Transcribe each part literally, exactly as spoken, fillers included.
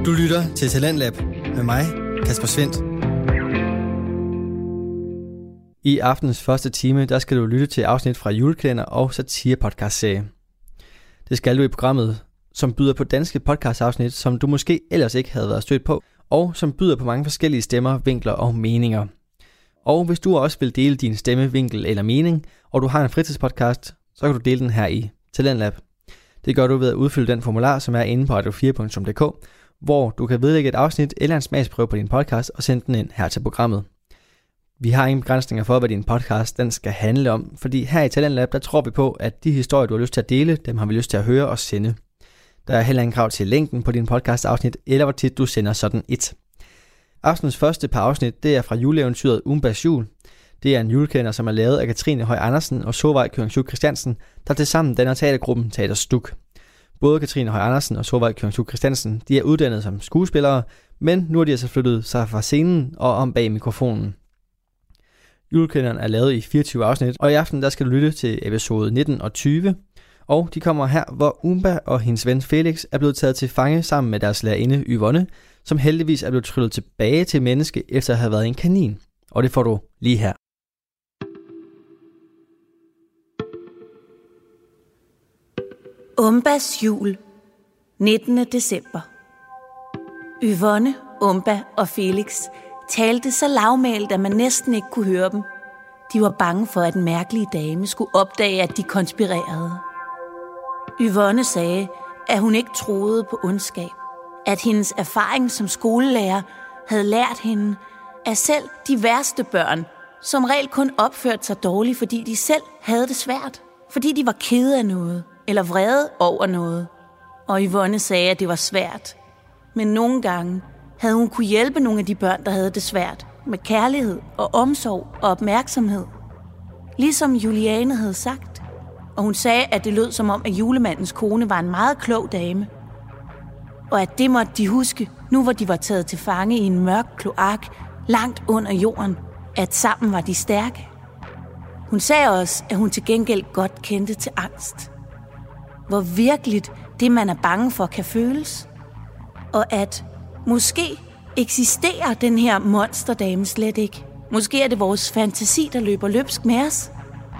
Du lytter til Talentlab med mig, Kasper Svendt. I aftenens første time, der skal du lytte til afsnit fra julekalender og satire podcastserie. Det skal du i programmet, som byder på danske podcastafsnit, som du måske ellers ikke havde været stødt på, og som byder på mange forskellige stemmer, vinkler og meninger. Og hvis du også vil dele din stemme, vinkel eller mening, og du har en fritidspodcast, så kan du dele den her i Talentlab. Det gør du ved at udfylde den formular, som er inde på radio fire punktum d k, hvor du kan vedlægge et afsnit eller en smagsprøve på din podcast og sende den ind her til programmet. Vi har ingen begrænsninger for, hvad din podcast den skal handle om, fordi her i Talentlab, der tror vi på, at de historier, du har lyst til at dele, dem har vi lyst til at høre og sende. Der er heller ingen krav til længden på din podcast-afsnit, eller hvor tit du sender sådan et. Aftenens første par afsnit, det er fra juleeventyret Umbas jul. Det er en julekalender, som er lavet af Katrine Høj Andersen og Solveig Kyungsuk Christiansen, der tilsammen danner teatergruppen Teater Stuk. Både Katrine Høj Andersen og Solveig Kyungsuk Christiansen, de er uddannet som skuespillere, men nu har de altså flyttet sig fra scenen og om bag mikrofonen. Julekalenderen er lavet i fireogtyve afsnit, og i aften der skal du lytte til episode nitten og tyve. Og de kommer her, hvor Umba og hendes ven Felix er blevet taget til fange sammen med deres lærerinde Yvonne, som heldigvis er blevet tryllet tilbage til menneske efter at have været en kanin. Og det får du lige her. Umbas jul, nittende december. Yvonne, Umba og Felix talte så lavmælt, at man næsten ikke kunne høre dem. De var bange for, at den mærkelige dame skulle opdage, at de konspirerede. Yvonne sagde, at hun ikke troede på ondskab. At hendes erfaring som skolelærer havde lært hende, at selv de værste børn som regel kun opførte sig dårligt, fordi de selv havde det svært. Fordi de var kede af noget, eller vrede over noget. Og Yvonne sagde, at det var svært. Men nogle gange havde hun kunne hjælpe nogle af de børn, der havde det svært, med kærlighed og omsorg og opmærksomhed. Ligesom Juliane havde sagt. Og hun sagde, at det lød som om, at julemandens kone var en meget klog dame. Og at det måtte de huske, nu hvor de var taget til fange i en mørk kloak langt under jorden, at sammen var de stærke. Hun sagde også, at hun til gengæld godt kendte til angst. Hvor virkeligt det, man er bange for, kan føles. Og at måske eksisterer den her monsterdame slet ikke. Måske er det vores fantasi, der løber løbsk med os.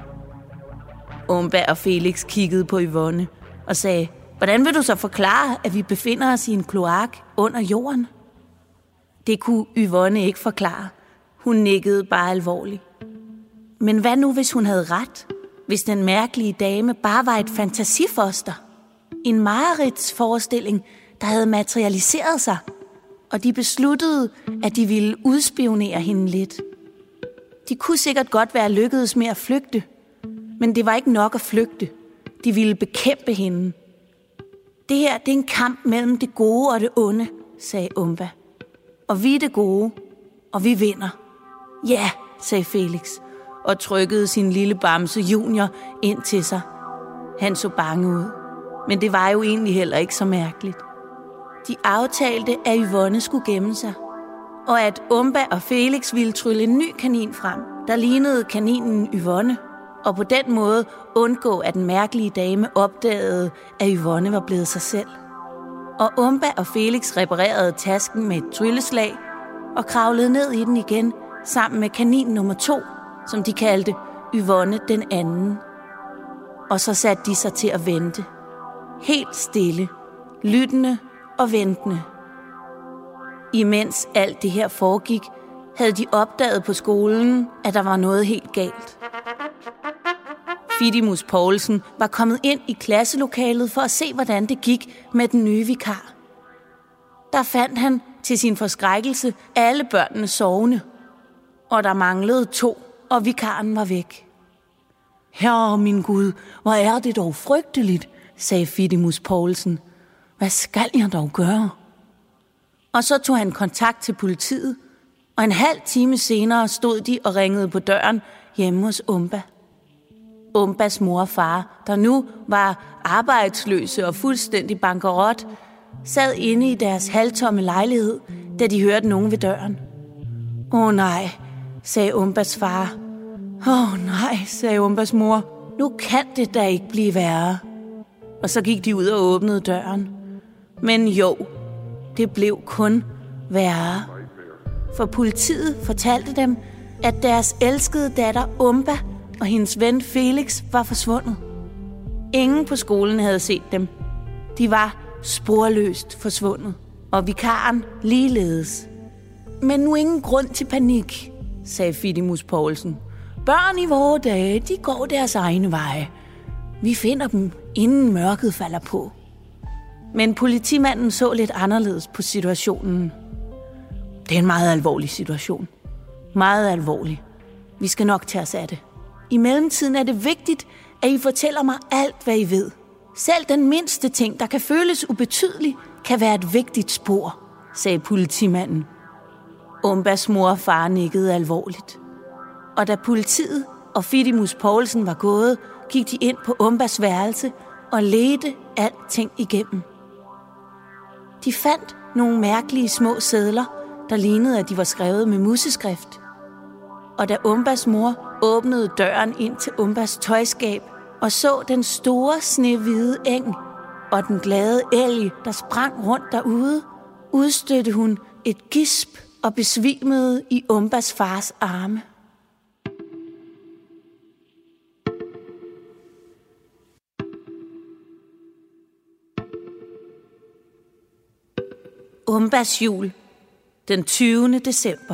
Umba og Felix kiggede på Yvonne og sagde, hvordan vil du så forklare, at vi befinder os i en kloak under jorden? Det kunne Yvonne ikke forklare. Hun nikkede bare alvorligt. Men hvad nu, hvis hun havde ret? Hvis den mærkelige dame bare var et fantasifoster? En mareridtsforestilling, der havde materialiseret sig? Og de besluttede, at de ville udspionere hende lidt. De kunne sikkert godt være lykkedes med at flygte, men det var ikke nok at flygte. De ville bekæmpe hende. Det her, det er en kamp mellem det gode og det onde, sagde Umba. Og vi er det gode, og vi vinder. Ja, sagde Felix, og trykkede sin lille bamse Junior ind til sig. Han så bange ud, men det var jo egentlig heller ikke så mærkeligt. De aftalte, at Yvonne skulle gemme sig, og at Umba og Felix ville trylle en ny kanin frem, der lignede kaninen Yvonne, og på den måde undgå, at den mærkelige dame opdagede, at Yvonne var blevet sig selv. Og Umba og Felix reparerede tasken med et trylleslag og kravlede ned i den igen sammen med kanin nummer to, som de kaldte Yvonne den anden. Og så satte de sig til at vente. Helt stille, lyttende og ventende. Imens alt det her foregik, havde de opdaget på skolen, at der var noget helt galt. Fidimus Poulsen var kommet ind i klasselokalet for at se, hvordan det gik med den nye vikar. Der fandt han til sin forskrækkelse alle børnene sovende, og der manglede to, og vikaren var væk. Herre min Gud, hvor er det dog frygteligt, sagde Fidimus Poulsen. Hvad skal jeg dog gøre? Og så tog han kontakt til politiet, og en halv time senere stod de og ringede på døren hjemme hos Umba. Umbas mor og far, der nu var arbejdsløse og fuldstændig bankerot, sad inde i deres halvtomme lejlighed, da de hørte nogen ved døren. Åh nej, sagde Umbas far. Åh nej, sagde Umbas mor. Nu kan det da ikke blive værre. Og så gik de ud og åbnede døren. Men jo, det blev kun værre. For politiet fortalte dem, at deres elskede datter Umba og hendes ven Felix var forsvundet. Ingen på skolen havde set dem. De var sporløst forsvundet, og vikaren ligeledes. Men nu ingen grund til panik, sagde Fidimus Poulsen. Børn i vore dage, de går deres egne veje. Vi finder dem, inden mørket falder på. Men politimanden så lidt anderledes på situationen. Det er en meget alvorlig situation. Meget alvorlig. Vi skal nok tage os af det. I mellemtiden er det vigtigt, at I fortæller mig alt, hvad I ved. Selv den mindste ting, der kan føles ubetydelig, kan være et vigtigt spor, sagde politimanden. Umbas mor og far nikkede alvorligt. Og da politiet og Fidimus Poulsen var gået, gik de ind på Umbas værelse og ledte alting igennem. De fandt nogle mærkelige små sedler, der lignede, at de var skrevet med museskrift. Og da Umbas mor åbnede døren ind til Umbas tøjskab og så den store snehvide eng og den glade elg, der sprang rundt derude, udstødte hun et gisp og besvimede i Umbas fars arme. Umbas jul, den tyvende december.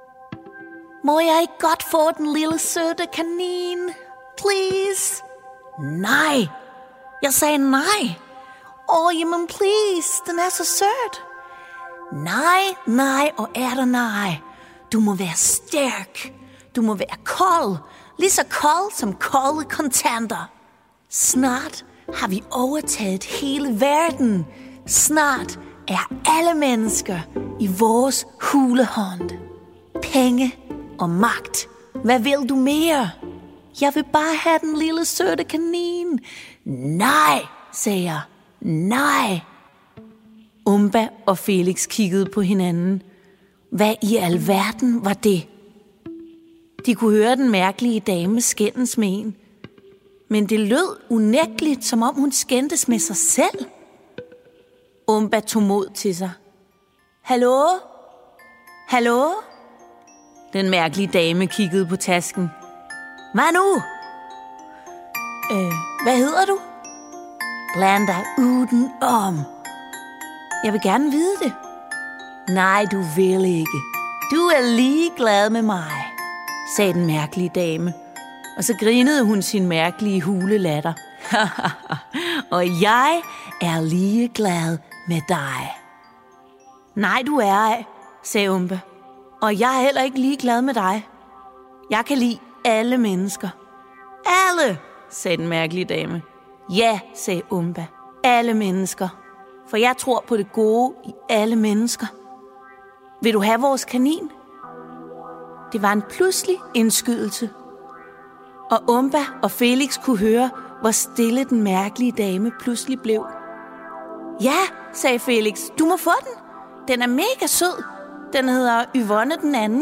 Må jeg ikke godt få den lille søde kanin? Please? Nej. Jeg sagde nej. Åh, oh, jamen please, den er så sød. Nej, nej og er der nej. Du må være stærk. Du må være kold. Lige så kold som kolde kontanter. Snart har vi overtaget hele verden. Snart er alle mennesker i vores hulehånd. Penge og magt. Hvad vil du mere? Jeg vil bare have den lille søde kanin. Nej, sagde jeg. Nej. Umba og Felix kiggede på hinanden. Hvad i alverden var det? De kunne høre den mærkelige dame skændes med en. Men det lød unægteligt, som om hun skændtes med sig selv. Umba tog mod til sig. Hallo? Hallo? Den mærkelige dame kiggede på tasken. Hvad nu? Øh, hvad hedder du? Bland dig uden om. Jeg vil gerne vide det. Nej, du vil ikke. Du er ligeglad med mig, sagde den mærkelige dame. Og så grinede hun sin mærkelige hulelatter. Og jeg er ligeglad med dig. Nej, du er ej, sagde Umba. Og jeg er heller ikke ligeglad med dig. Jeg kan lide alle mennesker. Alle, sagde den mærkelige dame. Ja, sagde Umba. Alle mennesker. For jeg tror på det gode i alle mennesker. Vil du have vores kanin? Det var en pludselig indskydelse. Og Umba og Felix kunne høre, hvor stille den mærkelige dame pludselig blev. Ja, sagde Felix. Du må få den. Den er mega sød. Den hedder Yvonne den anden.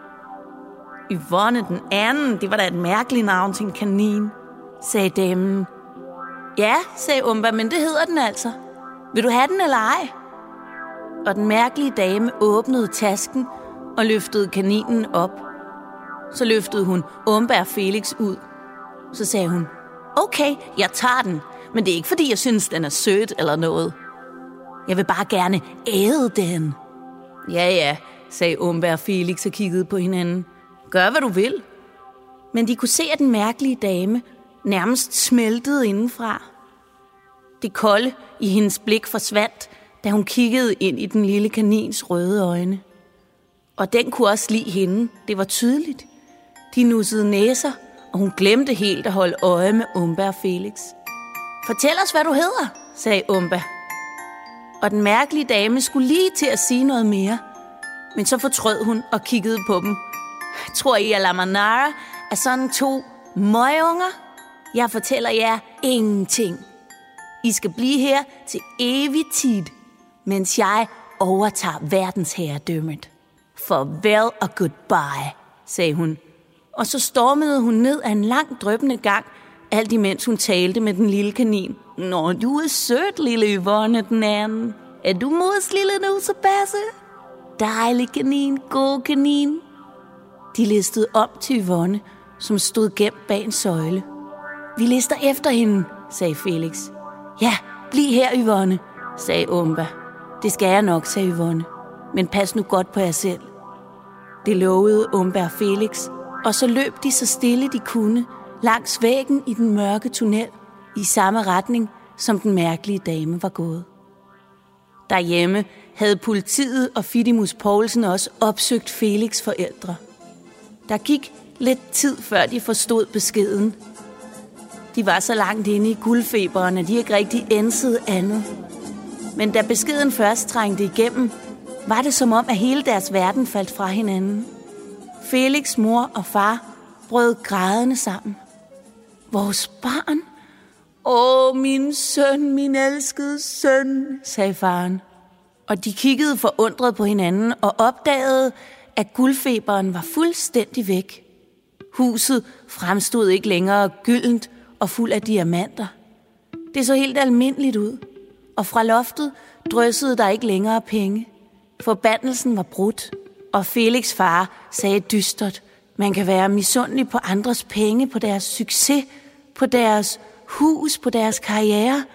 Yvonne den anden? Det var da et mærkeligt navn til en kanin, sagde damen. Ja, sagde Umba, men det hedder den altså. Vil du have den eller ej? Og den mærkelige dame åbnede tasken og løftede kaninen op. Så løftede hun Umba og Felix ud. Så sagde hun, okay, jeg tager den, men det er ikke fordi, jeg synes, den er sød eller noget. Jeg vil bare gerne æde den. Ja, ja, sagde Umba og Felix og kiggede på hinanden. Gør, hvad du vil. Men de kunne se, at den mærkelige dame nærmest smeltede indenfra. Det kolde i hendes blik forsvandt, da hun kiggede ind i den lille kanins røde øjne. Og den kunne også lide hende. Det var tydeligt. De nussede næser, og hun glemte helt at holde øje med Umba og Felix. Fortæl os, hvad du hedder, sagde Umba. Og den mærkelige dame skulle lige til at sige noget mere. Men så fortrød hun og kiggede på dem. Tror I, at Lamanara er sådan to møgunger? Jeg fortæller jer ingenting. I skal blive her til evig tid, mens jeg overtager verdensherredømmet. Farvel og goodbye, sagde hun. Og så stormede hun ned ad en lang drøbende gang, alt imens hun talte med den lille kanin. Nå, du er sød, lille Yvonne den anden. Er du mors lille nusebasse? Dejlig kanin, god kanin. De listede om til Yvonne, som stod gemt bag en søjle. Vi lister efter hende, sagde Felix. Ja, bliv her, Yvonne, sagde Umba. Det skal jeg nok, sagde Yvonne. Men pas nu godt på jer selv. Det lovede Umba og Felix, og så løb de så stille de kunne langs væggen i den mørke tunnel i samme retning, som den mærkelige dame var gået. Derhjemme havde politiet og Fidimus Poulsen også opsøgt Felix' forældre. Der gik lidt tid, før de forstod beskeden. De var så langt inde i guldfeberen, at de ikke rigtig ensede andet. Men da beskeden først trængte igennem, var det som om, at hele deres verden faldt fra hinanden. Felix' mor og far brød grædende sammen. Vores barn? Åh, min søn, min elskede søn, sagde faren. Og de kiggede forundret på hinanden og opdagede, at guldfeberen var fuldstændig væk. Huset fremstod ikke længere gyldent og fuld af diamanter. Det så helt almindeligt ud, og fra loftet dryssede der ikke længere penge. Forbandelsen var brudt, og Felix' far sagde dystert, man kan være misundelig på andres penge, på deres succes, på deres hus, på deres karriere.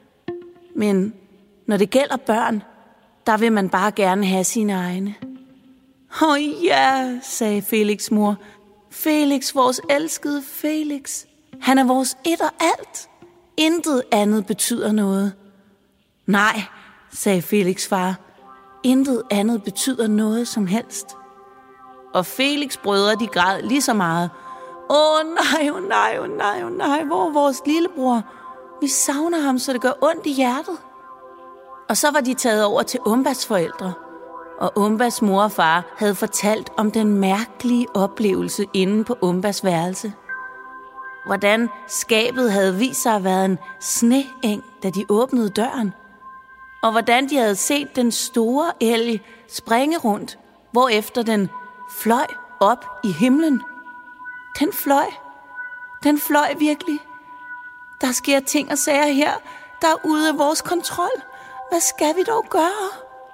Men når det gælder børn, der vil man bare gerne have sine egne. Åh oh, ja, sagde Felix' mor. Felix, vores elskede Felix. Han er vores et og alt. Intet andet betyder noget. Nej, sagde Felix' far. Intet andet betyder noget som helst. Og Felix' brødre, de græd lige så meget. Åh nej, åh nej, åh nej, åh nej, hvor er vores lillebror? Vi savner ham, så det gør ondt i hjertet. Og så var de taget over til Umbas forældre. Og Umbas mor og far havde fortalt om den mærkelige oplevelse inde på Umbas værelse. Hvordan skabet havde vist sig at være en sneeng, da de åbnede døren. Og hvordan de havde set den store elg springe rundt, hvorefter den fløj op i himlen. Den fløj. Den fløj virkelig. Der sker ting og sager her, der er ude af vores kontrol. Hvad skal vi dog gøre?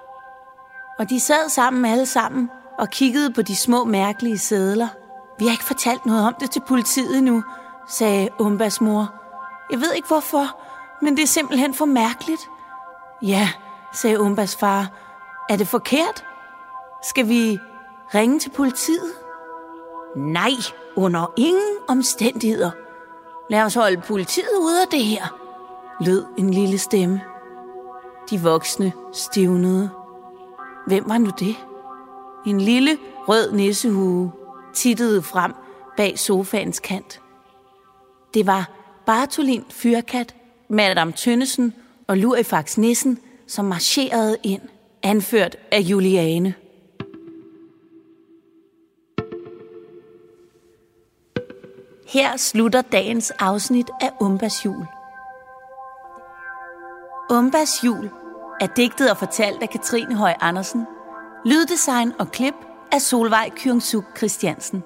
Og de sad sammen alle sammen og kiggede på de små mærkelige sedler. Vi har ikke fortalt noget om det til politiet endnu, sagde Umbas mor. Jeg ved ikke hvorfor, men det er simpelthen for mærkeligt. Ja, sagde Umbas far. Er det forkert? Skal vi ringe til politiet? Nej, under ingen omstændigheder. Lad os holde politiet ude af det her, lød en lille stemme. De voksne stivnede. Hvem var nu det? En lille rød nissehue tittede frem bag sofaens kant. Det var Bartolin Fyrkat, Madame Tønnesen og Lurifax Nissen, som marcherede ind, anført af Juliane. Her slutter dagens afsnit af Umbas jul. Umbas jul er digtet og fortalt af Katrine Høj Andersen. Lyddesign og klip af Solvej Kyungsuk Christiansen.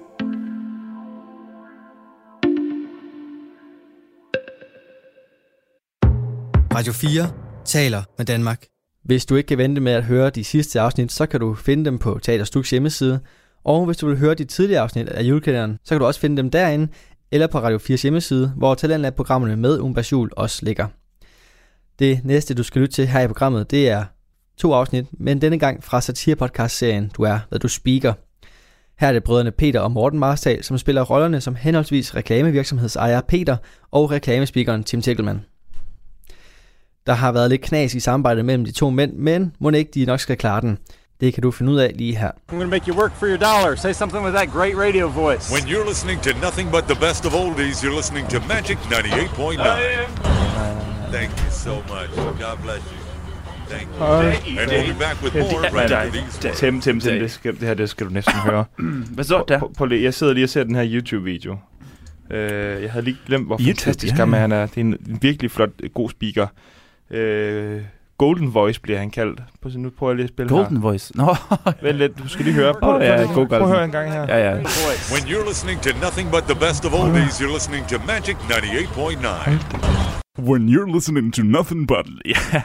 Radio fire taler med Danmark. Hvis du ikke kan vente med at høre de sidste afsnit, så kan du finde dem på Teater Stuks hjemmeside. Og hvis du vil høre de tidligere afsnit af julekalenderen, så kan du også finde dem derinde, eller på Radio fires hjemmeside, hvor talenten af programmerne med Umbas jul også ligger. Det næste, du skal lytte til her i programmet, det er to afsnit, men denne gang fra satirepodcast-serien Du er, hvad du speaker. Her er det brødrene Peter og Morten Marstal, som spiller rollerne som henholdsvis reklamevirksomhedsejer Peter og reklamespeakeren Tim Tickleman. Der har været lidt knas i samarbejdet mellem de to mænd, men må ikke de nok skal klare den. Det kan du finde ud af lige her. I'm going to make you work for your dollar. Say something with that great radio voice. When you're listening to nothing but the best of oldies, you're listening to Magic ninety-eight point nine. Thank you so much. God bless you. Thank you. And we'll be back with more right after these. Tim, Tim, Tim, det, skal, det her det skal du næsten høre. Hvad så der? Jeg sidder lige og ser den her YouTube-video. Uh, jeg havde lige glemt, hvor fantastisk ham han er. Det er en, en virkelig flot, god speaker. Uh, Golden Voice bliver han kaldt. Prøv, nu prøver jeg lige at spille Golden her. Voice? Nå. Vent lidt, du skal lige høre. Prøv, oh, ja, prøv, prøv, prøv at høre en gang her. Ja, ja. When you're listening to nothing but the best of oldies, you're listening to Magic ninety-eight point nine. When you're listening to nothing but... Ja.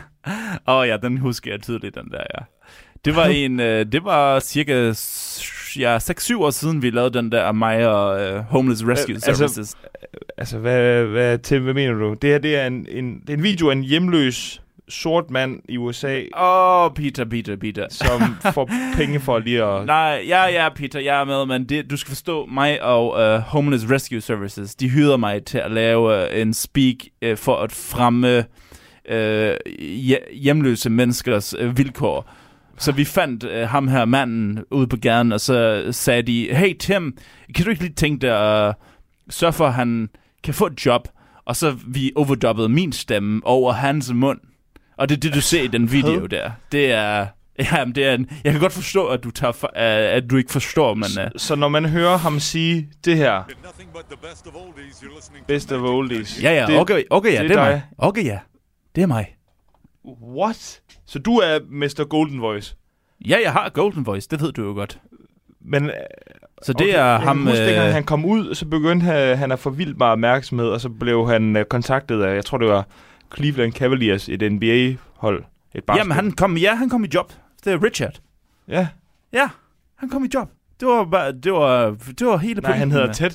Åh oh, ja, den husker jeg tydeligt, den der, ja. Det var en, øh, det var cirka ja, seks syv år siden, vi lavede den der mig og uh, Homeless Rescue øh, Services. Altså, altså hvad, hvad, Tim, hvad mener du? Det her, det er en, en, det er en video af en hjemløs sort mand i U S A. Åh, oh, Peter, Peter, Peter. Som får penge for lige at... Nej, ja, ja, Peter, jeg er med, men det, du skal forstå, mig og uh, Homeless Rescue Services, de hyrede mig til at lave uh, en speak uh, for at fremme uh, hjemløse menneskers uh, vilkår. Så vi fandt uh, ham her manden ude på gaden, og så sagde de, hey Tim, kan du ikke lige tænke dig at uh, sørge for, at han kan få et job? Og så vi overdubbede min stemme over hans mund. Og det er det, du ser i den video der. Det er... Ja, det er en, jeg kan godt forstå, at du, tager for, uh, at du ikke forstår, men... Uh, så, så når man hører ham sige det her... Best of oldies. Ja, ja, det, okay, okay, ja, det, det er dig. mig. Okay, ja, det er mig. What? Så du er mister Golden Voice? Ja, jeg har Golden Voice, det ved du jo godt. Men... Så det okay, er jeg ham... Jeg husker, øh... at han kom ud, så begyndte han, han at få vildt meget opmærksomhed, og så blev han uh, kontaktet af, jeg tror det var Cleveland Cavaliers, et N B A-hold. Et Jamen, han kom, ja, han kom i job. Det er Richard. Ja. Ja, han kom i job. Det var bare, det var, det var hele Nej, han hedder Ted.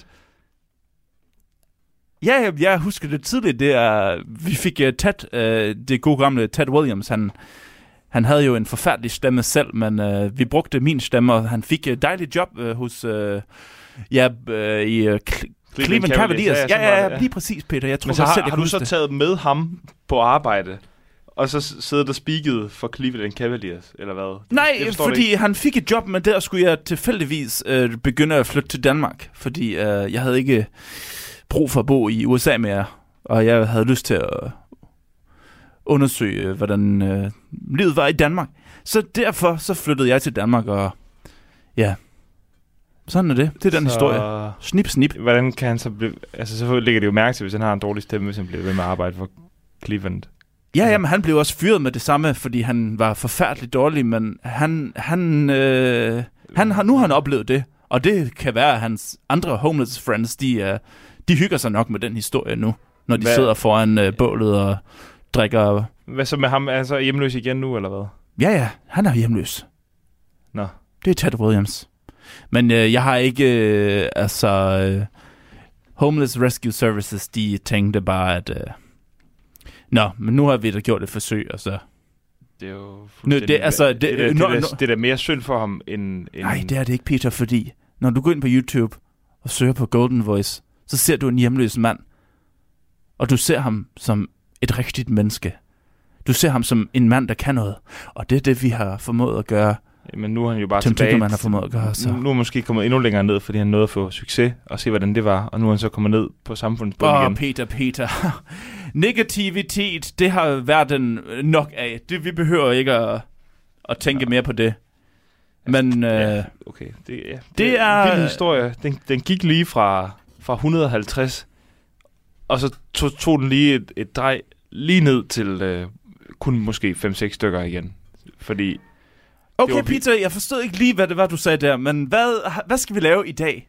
Ja, jeg, jeg husker det tidligt. Det er, vi fik uh, Ted, uh, det gode gamle Ted Williams. Han, han havde jo en forfærdelig stemme selv, men uh, vi brugte min stemme, og han fik et dejligt job uh, hos, uh, ja, uh, i uh, Cl- Cleveland Cavaliers. Ja, ja, ja, ja, lige præcis, Peter. Jeg tror, men så har, selv, jeg har du så det. taget med ham på arbejde? Og så sidder der speaket for Cleveland Cavaliers, eller hvad? Nej, fordi han fik et job, men der skulle jeg tilfældigvis øh, begynde at flytte til Danmark. Fordi øh, jeg havde ikke brug for at bo i U S A mere, og jeg havde lyst til at undersøge, hvordan øh, livet var i Danmark. Så derfor så flyttede jeg til Danmark, og ja, sådan er det. Det er den så... historie. Snip, snip. Hvordan kan han så blive... Altså, så ligger det jo mærke til, hvis han har en dårlig stemme, hvis han bliver ved med at arbejde for Cleveland. Ja, jamen, han blev også fyret med det samme, fordi han var forfærdeligt dårlig, men han, han, øh, han har, nu har han oplevet det, og det kan være, at hans andre homeless friends, de, øh, de hygger sig nok med den historie nu, når de Hvad? sidder foran øh, bålet og drikker... Hvad så med ham? Er han så hjemløs igen nu, eller hvad? Ja, ja, han er hjemløs. Nå. Det er Ted Williams. Men øh, jeg har ikke, øh, altså, øh, Homeless Rescue Services, de tænkte bare, at... Øh, Nå, men nu har vi da gjort et forsøg, og så... Det er jo... Nå, det, altså, det, det, det, nå, det, nå, det er da mere synd for ham, end... end... Nej, det er det ikke, Peter, fordi... Når du går ind på YouTube og søger på Golden Voice, så ser du en hjemløs mand. Og du ser ham som et rigtigt menneske. Du ser ham som en mand, der kan noget. Og det er det, vi har formået at gøre. Men nu er han jo bare Tim tilbage. Man har formået at gøre, så. Nu, nu er han måske kommet endnu længere ned, fordi han nåede at få succes og se, hvordan det var. Og nu er han så kommet ned på samfundsbund oh, igen. Peter, Peter. Negativitet, det har verden nok af. Det, vi behøver ikke at, at tænke ja. mere på det. Men ja, øh, okay. Det, ja. det, det er er en vild historie. Den, den gik lige fra, fra et hundrede og halvtreds, og så tog, tog den lige et, et drej lige ned til øh, kun måske fem seks stykker igen. Fordi... Okay, Peter, jeg forstod ikke lige, hvad det var, du sagde der, men hvad, hvad skal vi lave i dag?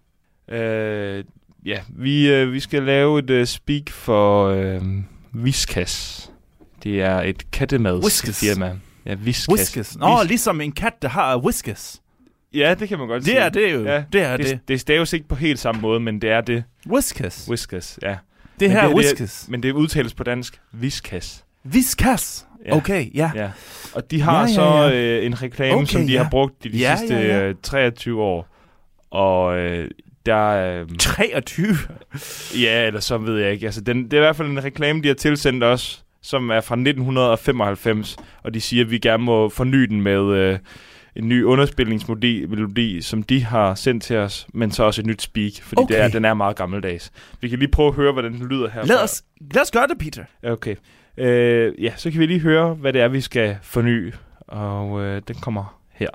Øh, ja, vi, øh, vi skal lave et uh, speak for øh, Whiskas. Det er et kattemadsfirma. Ja, Whiskas. Whiskas. Nå, Whis- ligesom en kat, der har Whiskas. Ja, det kan man godt det sige. Er det jo. Ja, det er det. det. Det staves ikke på helt samme måde, men det er det. Whiskas. Whiskas, ja. Det her er Whiskas. Men det udtales på dansk Whiskas. Whiskas. Ja. Okay, ja. ja. Og de har ja, ja, ja. så øh, en reklame, okay, som de ja. har brugt de, de ja, sidste ja, ja. treogtyve år. Og øh, der... Øh, treogtyve? Ja, eller så ved jeg ikke. Altså, den, det er i hvert fald en reklame, de har tilsendt os, som er fra nitten femoghalvfems. Og de siger, at vi gerne må forny den med øh, en ny underspilningsmelodi, som de har sendt til os, men så også et nyt speak, fordi okay. det er, den er meget gammeldags. Vi kan lige prøve at høre, hvordan den lyder her. Lad os, lad os gøre det, Peter. Okay. Øh, ja, så kan vi lige høre, hvad det er, vi skal forny. Og øh, den kommer her.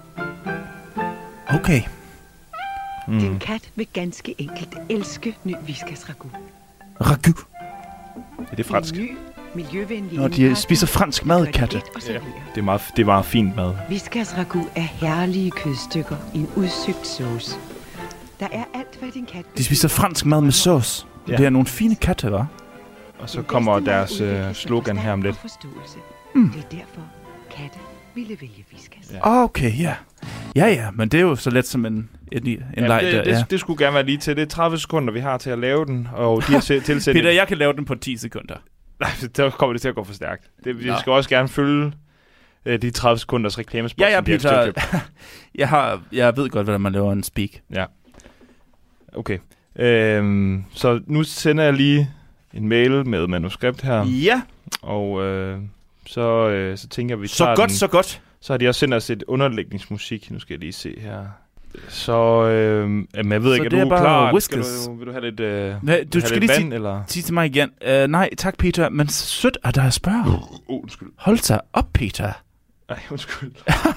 Okay. Mm. Din kat vil ganske enkelt elske ny Whiskas ragu. Ragu? Ja, det er fransk. Ny, miljøvenlig. Når de spiser fransk mad, katte. Ja, det er meget, det er meget fint mad. Whiskas ragu er herlige kødstykker i en udsøgt sauce. Der er alt, hvad din kat... De spiser fransk mad med sauce. Ja. Det er nogle fine katte, hva'? Og så kommer deres øh, slogan her om lidt. Mm. Det er derfor, katte ville vælge Whiskas. Ja. Okay, ja. Ja, ja, men det er jo så let som en, en, en ja, leg det, der. Det, ja. det skulle gerne være lige til. Det er tredive sekunder, vi har til at lave den, og de har tilsendt... Peter, jeg kan lave den på ti sekunder. Nej, der kommer det til at gå for stærkt. Det, vi skal også gerne følge øh, de tredive sekunders reklamespot. Ja, ja, Peter. jeg, har, jeg ved godt, hvordan man laver en speak. Ja. Okay. Øhm, så nu sender jeg lige en mail med manuskript her. Ja. Og øh, så, øh, så tænker jeg, vi så tager godt, den. Så godt, så godt. Så har de også sendt os et underlægningsmusik. Nu skal jeg lige se her. Så øh, jamen, jeg ved så ikke, er det du er bare klar? Whiskas. Skal du, vil du have lidt, øh, Nej, du skal lidt lige vand, sige, eller? sige til mig igen. Uh, nej, tak, Peter, men sødt er der at spørge. Uh, undskyld. Hold sig op, Peter. Nej, undskyld.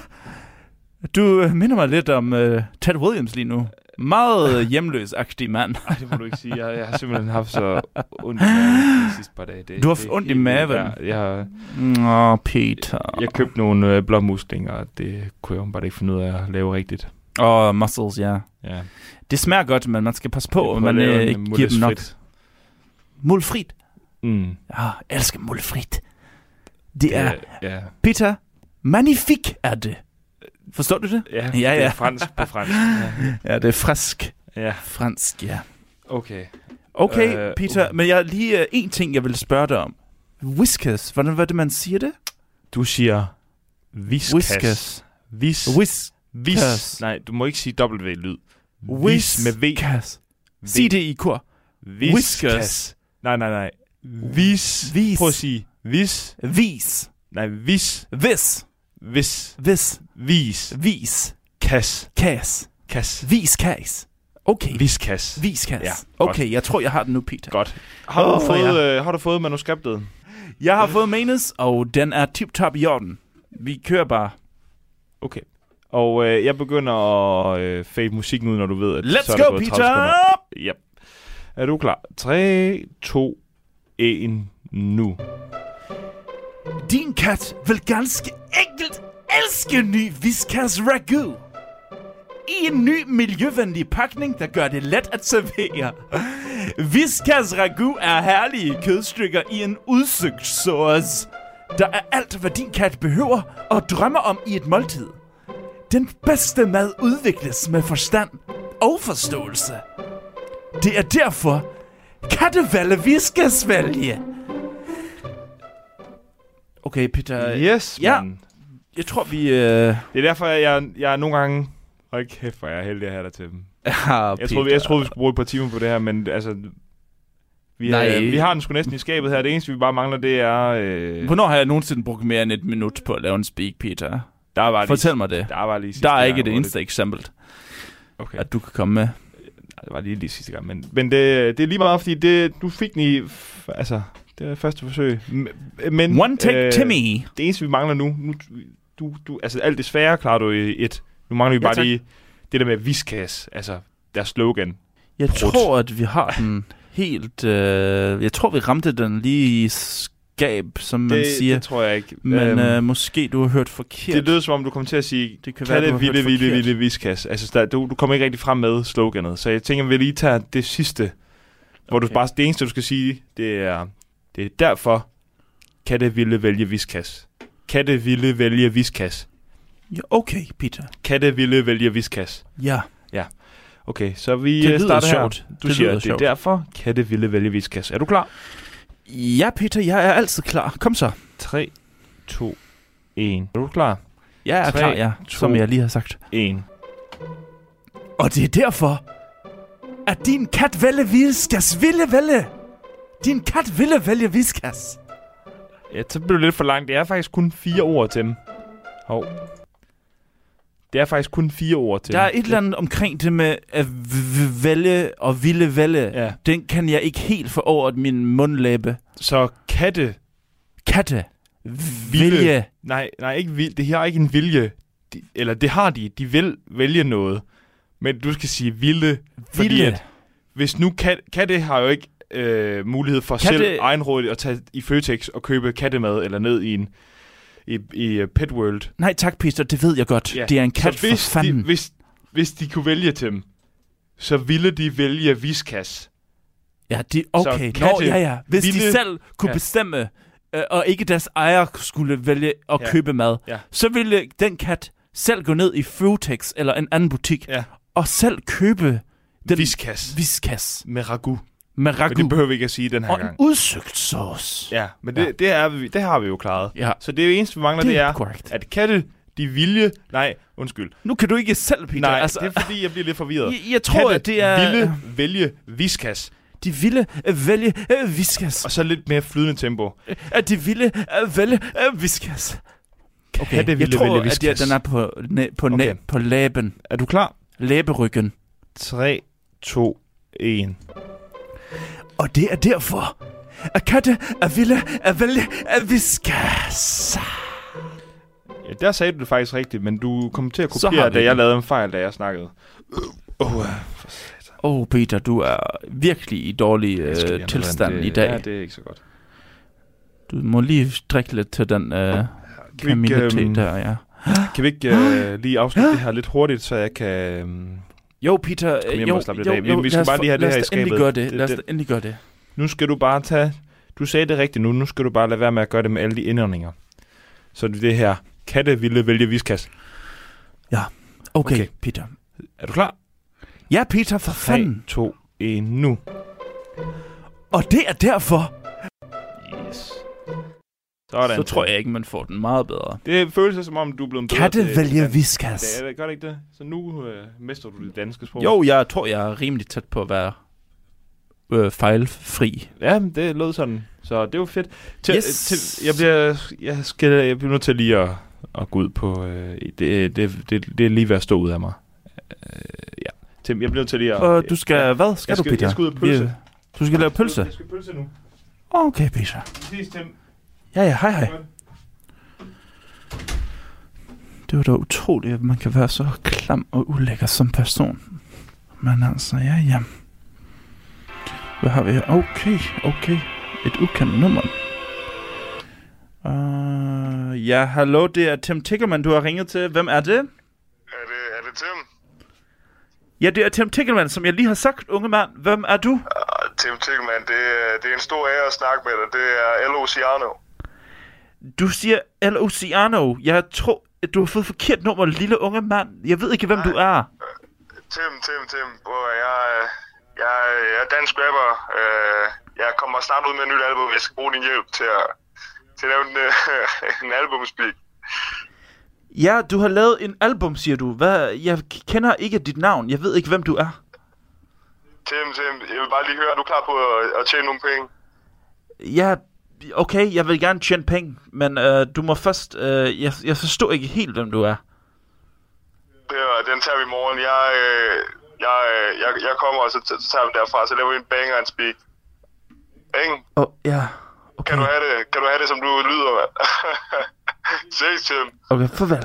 Du uh, minder mig lidt om uh, Ted Williams lige nu. Meget hjemløs-agtig mand. Nej, det må du ikke sige. Jeg, jeg har simpelthen haft så ondt i maven de sidste par dage. Det, du har haft ondt i maven? Ja, jeg, Nå, Peter. Jeg købte nogle øh, blåmuslinger, og det kunne jeg bare ikke finde ud af at lave rigtigt. Åh, oh, mussels, ja. ja. Det smager godt, men man skal passe på, at man øh, ikke giver dem nok. Mulfrit? Mm. Ja, jeg elsker mulfrit. Det er... Ja. Peter, magnifique er det. Forstår du det? Ja, ja, ja. Det er fransk på fransk. Ja, ja det er frisk. Ja. Fransk, ja. Okay. Okay, uh, Peter, uh. men jeg lige uh, en ting, jeg vil spørge dig om. Whiskas, hvordan var det, man siger det? Du siger Whiskas. Whiskas. Vis. Whiskas. Vis. Nej, du må ikke sige W-lyd. Vis med V. Sig det i kor. Whiskas. Nej, nej, nej. Vis. Vis. Prøv at sige. Vis. Vis. Nej, vis. Vis. Vis. Vis. Vis. Vis. Kas. Kas. Kas. Vis kas. Okay. Viskas. Viskas. Ja, okay, godt. jeg tror, jeg har den nu, Peter. Godt. Har du, oh, fået, ja. øh, har du fået manuskriptet? Jeg har fået manus, og den er tip-top i orden. Vi kører bare. Okay. Og øh, jeg begynder at øh, fade musikken ud, når du ved, at Let's så er go, Peter! Yep. Er du klar? tre, to, et, nu. Din kat vil ganske enkelt elske ny Whiskas Ragu. I en ny miljøvenlig pakning, der gør det let at servere. Whiskas Ragu er herlige kødstykker i en udsøgt sauce. Der er alt, hvad din kat behøver og drømmer om i et måltid. Den bedste mad udvikles med forstand og forståelse. Det er derfor, kattevalde Whiskas vælge. Okay, Peter. Yes, ja, man. Jeg tror, vi... Øh... Det er derfor, jeg, jeg er nogle gange... Hold kæft, hvor jeg er heldig at have dig til dem. Ja, jeg, troede, jeg troede, vi skulle bruge et par timer på det her, men altså... Vi, er, vi har den sgu næsten i skabet her. Det eneste, vi bare mangler, det er... Øh... Hvornår har jeg nogensinde brugt mere end et minut på at lave en speak, Peter? Der var lige, Fortæl mig det. Der, var lige der er ikke det eneste det... eksempel, okay. at du kan komme med. Nej, det var lige lige sidste gang. Men, men det, det er lige meget, fordi det, du fik den i... Altså, det er første forsøg. Men, One take øh, Timmy. Det eneste, vi mangler nu... nu du, du, altså, alt det svære klarer du i et. Nu mangler vi bare ja, lige det der med Whiskas. Altså, deres slogan. Jeg Brut. tror, at vi har den helt... Øh, jeg tror, vi ramte den lige i skab, som man det, siger. Det tror jeg ikke. Men um, øh, måske du har hørt forkert. Det lyder som om, du kommer til at sige, det kan katte, være, vilde, vilde, vilde, Whiskas. Altså, der, du, du kommer ikke rigtig frem med sloganet. Så jeg tænker, vi lige tager det sidste. Hvor okay. du bare, det eneste, du skal sige, det er, det er derfor, katte ville vælge Whiskas. Katte ville vælge Whiskas. Ja, okay, Peter. Katte ville vælge Whiskas. Ja. Ja. Okay, så vi det starter sjovt. her. Du det siger, det er sjovt. derfor, katte ville vælge Whiskas. Er du klar? Ja, Peter, jeg er altid klar. Kom så. tre, to, et. Er du klar? Jeg er tre, klar, ja. to, som jeg lige har sagt. et. Og det er derfor, at din kat vælge Whiskas ville vælge. Din kat ville vælge Whiskas. Ja, så blev det lidt for langt. Det er faktisk kun fire ord til dem. Hov. Det er faktisk kun fire ord til Der er et eller andet omkring det med at vælge og ville vælge. Ja. Den kan jeg ikke helt få over min mundlæbe. Så katte. Katte. Vilje. Vilje. Nej, nej, ikke vil. Det her er ikke en vilje. De, eller det har de. De vil vælge noget. Men du skal sige vilde. Fordi Vilje. at hvis nu kat, katte har jo ikke øh, mulighed for katte... selv egenrådigt at tage i Føtex og købe kattemad eller ned i en i, i uh, Pet World. Nej tak, Peter, det ved jeg godt. Ja. Det er en kat så hvis for fanden. De, hvis, hvis de kunne vælge til dem, så ville de vælge Whiskas. Ja, de, okay. Nå, ja, ja. Hvis ville, de selv kunne ja. bestemme øh, og ikke deres ejer skulle vælge at Ja. købe mad, Ja. så ville den kat selv gå ned i Føtex eller en anden butik, Ja. og selv købe den Viskas. viskas Med ragu. med Men ragu det behøver vi ikke at sige den her og en gang. udsøgt sauce. Ja, men det, Ja. det, er, vi- det har vi jo klaret. Ja. Så det eneste, vi mangler, Det det, er er, korrekt. at katte, de vilje... Nej, undskyld. Nu kan du ikke selv, Peter. Nej, altså, det er fordi, jeg bliver lidt forvirret. jeg, jeg tror, katte at det er... ville vælge viskas. De ville øh, vælge øh, viskas. Og så lidt mere flydende tempo. At de ville øh, vælge øh, viskas. Okay, Katte jeg ville tror, vælge at viskas. det, den er på, næ, på, næ, Okay. på læben. Er du klar? Læberyggen. tre, to, et. Og det er derfor, at katte er ville at vælge at viskas. Ja, der sagde du det faktisk rigtigt, men du kom til at Så har kopiere, vi da jeg den. lavede en fejl, da jeg snakkede. Åh, oh, for satan. Åh, oh, Peter, du er virkelig i dårlig Jeg skal lige øh, have tilstand noget, i det- dag. Ja, det er ikke så godt. Du må lige drikke lidt til den øh, vi ikke, kamille-te øhm, der, ja. Kan vi ikke uh, lige afslutte det her lidt hurtigt, så jeg kan... Um, Jo, Peter, Kom øh, hjem jo, og slap lidt jo, af. Vi- jo, vi skal lad os bare få- lige have det lad os her i da endelig skabet. gøre det. Det- Lad os det- da endelig gøre det. nu skal du bare tage... Du sagde det rigtigt nu. Nu skal du bare lade være med at gøre det med alle de indåndinger. Så det er det her. Katte ville vælge viskas. Okay, okay, Okay. Peter. Er du klar? Ja, Peter, for tre, fanden. to, et, nu. Og det er derfor, Yes. Sådan. så tror jeg ikke, man får den meget bedre. Det føles som om, du er blevet bedre Katte til- vælger til- viskas. Det er, gør det ikke det? Så nu øh, mestrer du det danske sprog. Jo, jeg tror, jeg er rimelig tæt på at være øh, fejlfri. Ja, men det lød sådan. Så det var fedt. Til, Yes. til, jeg, bliver, jeg, skal, jeg bliver nødt til lige at, at gå ud på... Øh, det, det, det, det er lige ved at stå ud af mig. Øh, ja. Tim, jeg bliver nødt til lige at... Og du skal, hvad skal, jeg du, skal, Peter? Jeg skal ud og pølse. Vi- Du skal lave pølse? Jeg skal pølse nu. Okay, Peter. Præcis, Tim. Ja, ja, hej, hej. Det var da utroligt, at man kan være så klam og ulækker som person. Men altså, ja, ja. Hvad har vi her? Okay, okay. Et ukendt nummer. Uh, ja, hallo, det er Tim Tickelman, du har ringet til. Hvem er det? Er det, er det Tim? Ja, det er Tim Tickelman, som jeg lige har sagt, unge mand. Hvem er du? Uh, Tim Tickelman, det, er- det er en stor ære at snakke med dig. Det er L O Ciano. Du siger El Oceano. Jeg tror, at du har fået forkert nummer, lille unge mand. Jeg ved ikke, hvem du er. Tim, Tim, Tim. Bror, jeg, jeg, jeg er dansk rapper. Uh, jeg kommer snart ud med et nyt album. Jeg skal bruge din hjælp til at, til at lave en, uh, en albumspeak. Ja, du har lavet en album, siger du. Hvad? Jeg kender ikke dit navn. Jeg ved ikke, hvem du er. Tim, Tim, jeg vil bare lige høre, er du klar på at, at tjene nogle penge? Ja, okay, jeg vil gerne tjene penge, men øh, du må først... Øh, jeg, jeg forstår ikke helt, hvem du er. Det, er- den tager vi i morgen. Jeg, øh, jeg, øh, jeg, jeg kommer, og så, så tager vi derfra. Så laver vi en banger and speak. Ikke? Åh, oh, ja, okay. Kan du have det, kan du have det som du lyder, mand? Ses, Tim. Okay, farvel.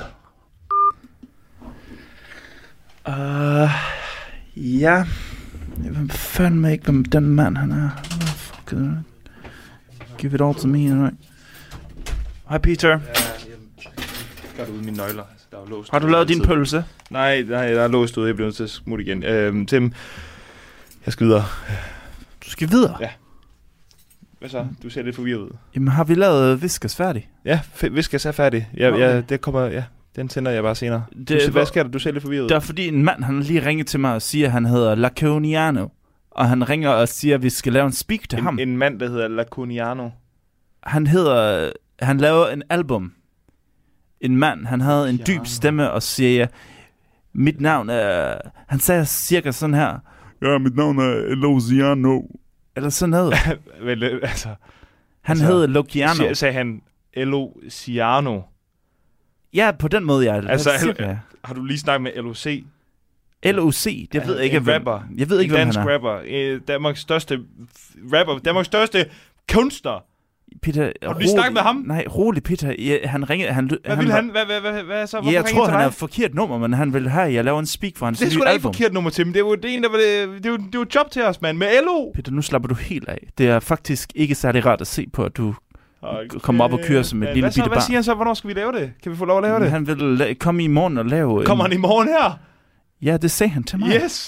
Uh, ja, jeg ved fandme ikke, hvem den mand han er. Oh, fuck it. Give it all to me, right? Hej, Peter. Ja, jeg gør det uden mine nøgler. Altså, der er jo låst. Har du lavet din pølse? Nej, nej, der er låst ud. Jeg bliver nødt til at smutte igen. Øhm, Tim, jeg skal videre. Du skal videre. Ja. Hvad så? Du ser lidt forvirret ud. Jamen, har vi lavet Viskas færdig? Ja, f- Viskas er færdig. Ja, Okay. ja, det kommer, ja, den tænder jeg bare senere. Det- Du, ser- hvor- hvad sker der? Du ser lidt forvirret ud. Det er fordi en mand, han lige ringet til mig og siger, at han hedder Laconiano. Og han ringer og siger, at vi skal lave en speak til ham. En, en mand, der hedder Laconiano. Han hedder... Han laver en album. En mand, han havde en dyb stemme og siger... Mit navn er... Han sagde cirka sådan her. Ja, mit navn er Lociano. Eller sådan noget. Vel, øh, altså... Han altså, hed Lociano. Sig- Sagde han Elo Ciano. Ja, på den måde, jeg Altså, cirka. Har du lige snakket med L O C? L O C, det ved jeg ikke, en hvem- rapper. Jeg ved ikke, en hvem dansk han er. rapper. Øh, Danmarks største f- rapper. Danmarks største kunstner. Peter, Har du lige snakket med ham? Nej, rolig, Peter. Ja, han ringede... Han, Hvad vil han? Hvad, hvad, hvad, hvad så? Ja, Hvorfor jeg ringer tror, til han dig? er forkert nummer, men han vil have, at jeg laver en speak for hans Det er nye sgu da ikke album. forkert nummer til, men det er jo det ene, der var det, det, er jo, det er jo et job til os, mand, med L O. Peter, nu slapper du helt af. Det er faktisk ikke særlig rart at se på, at du okay. kommer op og kører som et Hvad lille så? bitte Hvad barn. siger han så? Hvornår skal vi lave det? Kan vi få lov at lave Men det? han vil la- komme i morgen og lave... Kommer en... han i morgen her? Ja, det sagde han til mig. Yes!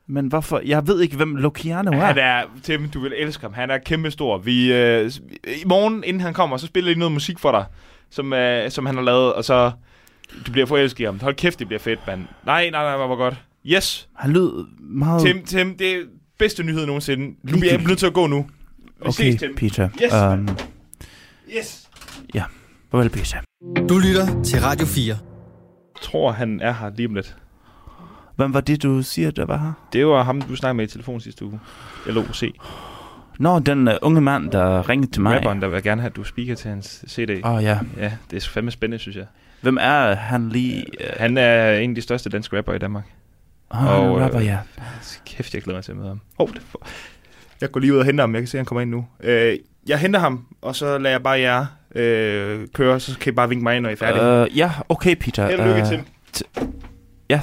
Men hvorfor? Jeg ved ikke, hvem Luciano er. Han er, Tim, du vil elske ham. Han er kæmpestor. Vi, øh, I morgen, inden han kommer, så spiller jeg noget musik for dig, som, øh, som han har lavet, og så du bliver forelsket i ham. Hold kæft, det bliver fedt, mand. Nej, nej, nej, hvor godt. Yes. Han lød meget... Tim, Tim, det er bedste nyhed nogensinde. Nu bliver jeg nødt til at gå nu. Vi okay, ses, Tim. Peter. Yes, um, yes. Ja, farvel, Peter. Du lytter til Radio fire. Jeg tror, han er her lige om lidt. Hvem var det, du siger, der var her? Det var ham, du snakkede med i telefon sidste uge. L O C. Nå, den uh, unge mand, der ringede til mig. Rapperen, der vil gerne have, at du speaker til hans C D. Åh, oh, ja. Ja, det er fandme spændende, synes jeg. Hvem er han lige? Uh... Han er en af de største danske rapper i Danmark. Åh, oh, og, rapper, ja. Kæft, jeg glæder mig til at møde ham. Oh, det for... Jeg går lige ud og henter ham. Jeg kan se, at han kommer ind nu. Uh, jeg henter ham, og så lader jeg bare jer uh, køre, så kan I bare vinke mig ind, når I er færdige. Uh, ja, okay, Peter. Held og lykke, uh, Tim. T- ja.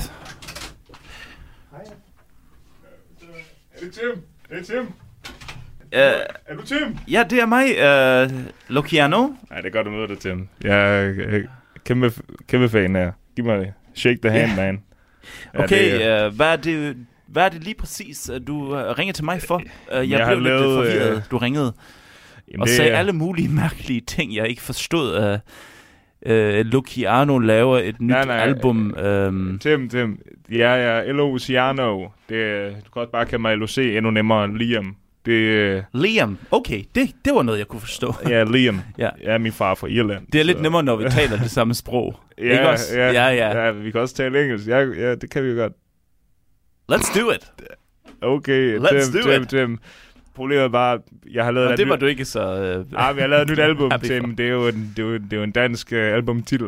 Er det Tim? Er det Tim? Uh, er du Tim? Ja, det er mig, uh, Luciano. Nej, det er godt at møde dig, Tim. Jeg er kæmpe, kæmpe fan her. Giv mig det. Shake the hand, yeah. man. Ja, okay, det, uh, hvad, er det, hvad er det lige præcis, du uh, ringer til mig for? Uh, jeg, jeg blev lidt lavet, forvirret. Øh, du ringede og sagde er... alle mulige mærkelige ting, jeg ikke forstod. Uh, Uh, Luciano laver et nyt nej, nej, album. Um... Tim, Tim. Ja, ja, Luciano. Det, du kan også bare kalde mig L O C, endnu nemmere. Liam. Det, Liam? Okay, det, det var noget, jeg kunne forstå. Ja, Liam. ja. Jeg er min far fra Irland. Det er så. Lidt nemmere, når vi taler det samme sprog. ja, ikke også? Ja, ja, ja. ja, vi kan også tale engelsk. Ja, ja, det kan vi jo godt. Let's do it. Okay, Let's Tim, do Tim, it. Tim. Problemet er bare, jeg har lavet... Nå, det var nyt... du ikke så... Uh, ah, vi har lavet et nyt album, Tim. Det er jo en, det er jo, det er jo en dansk uh, albumtitel.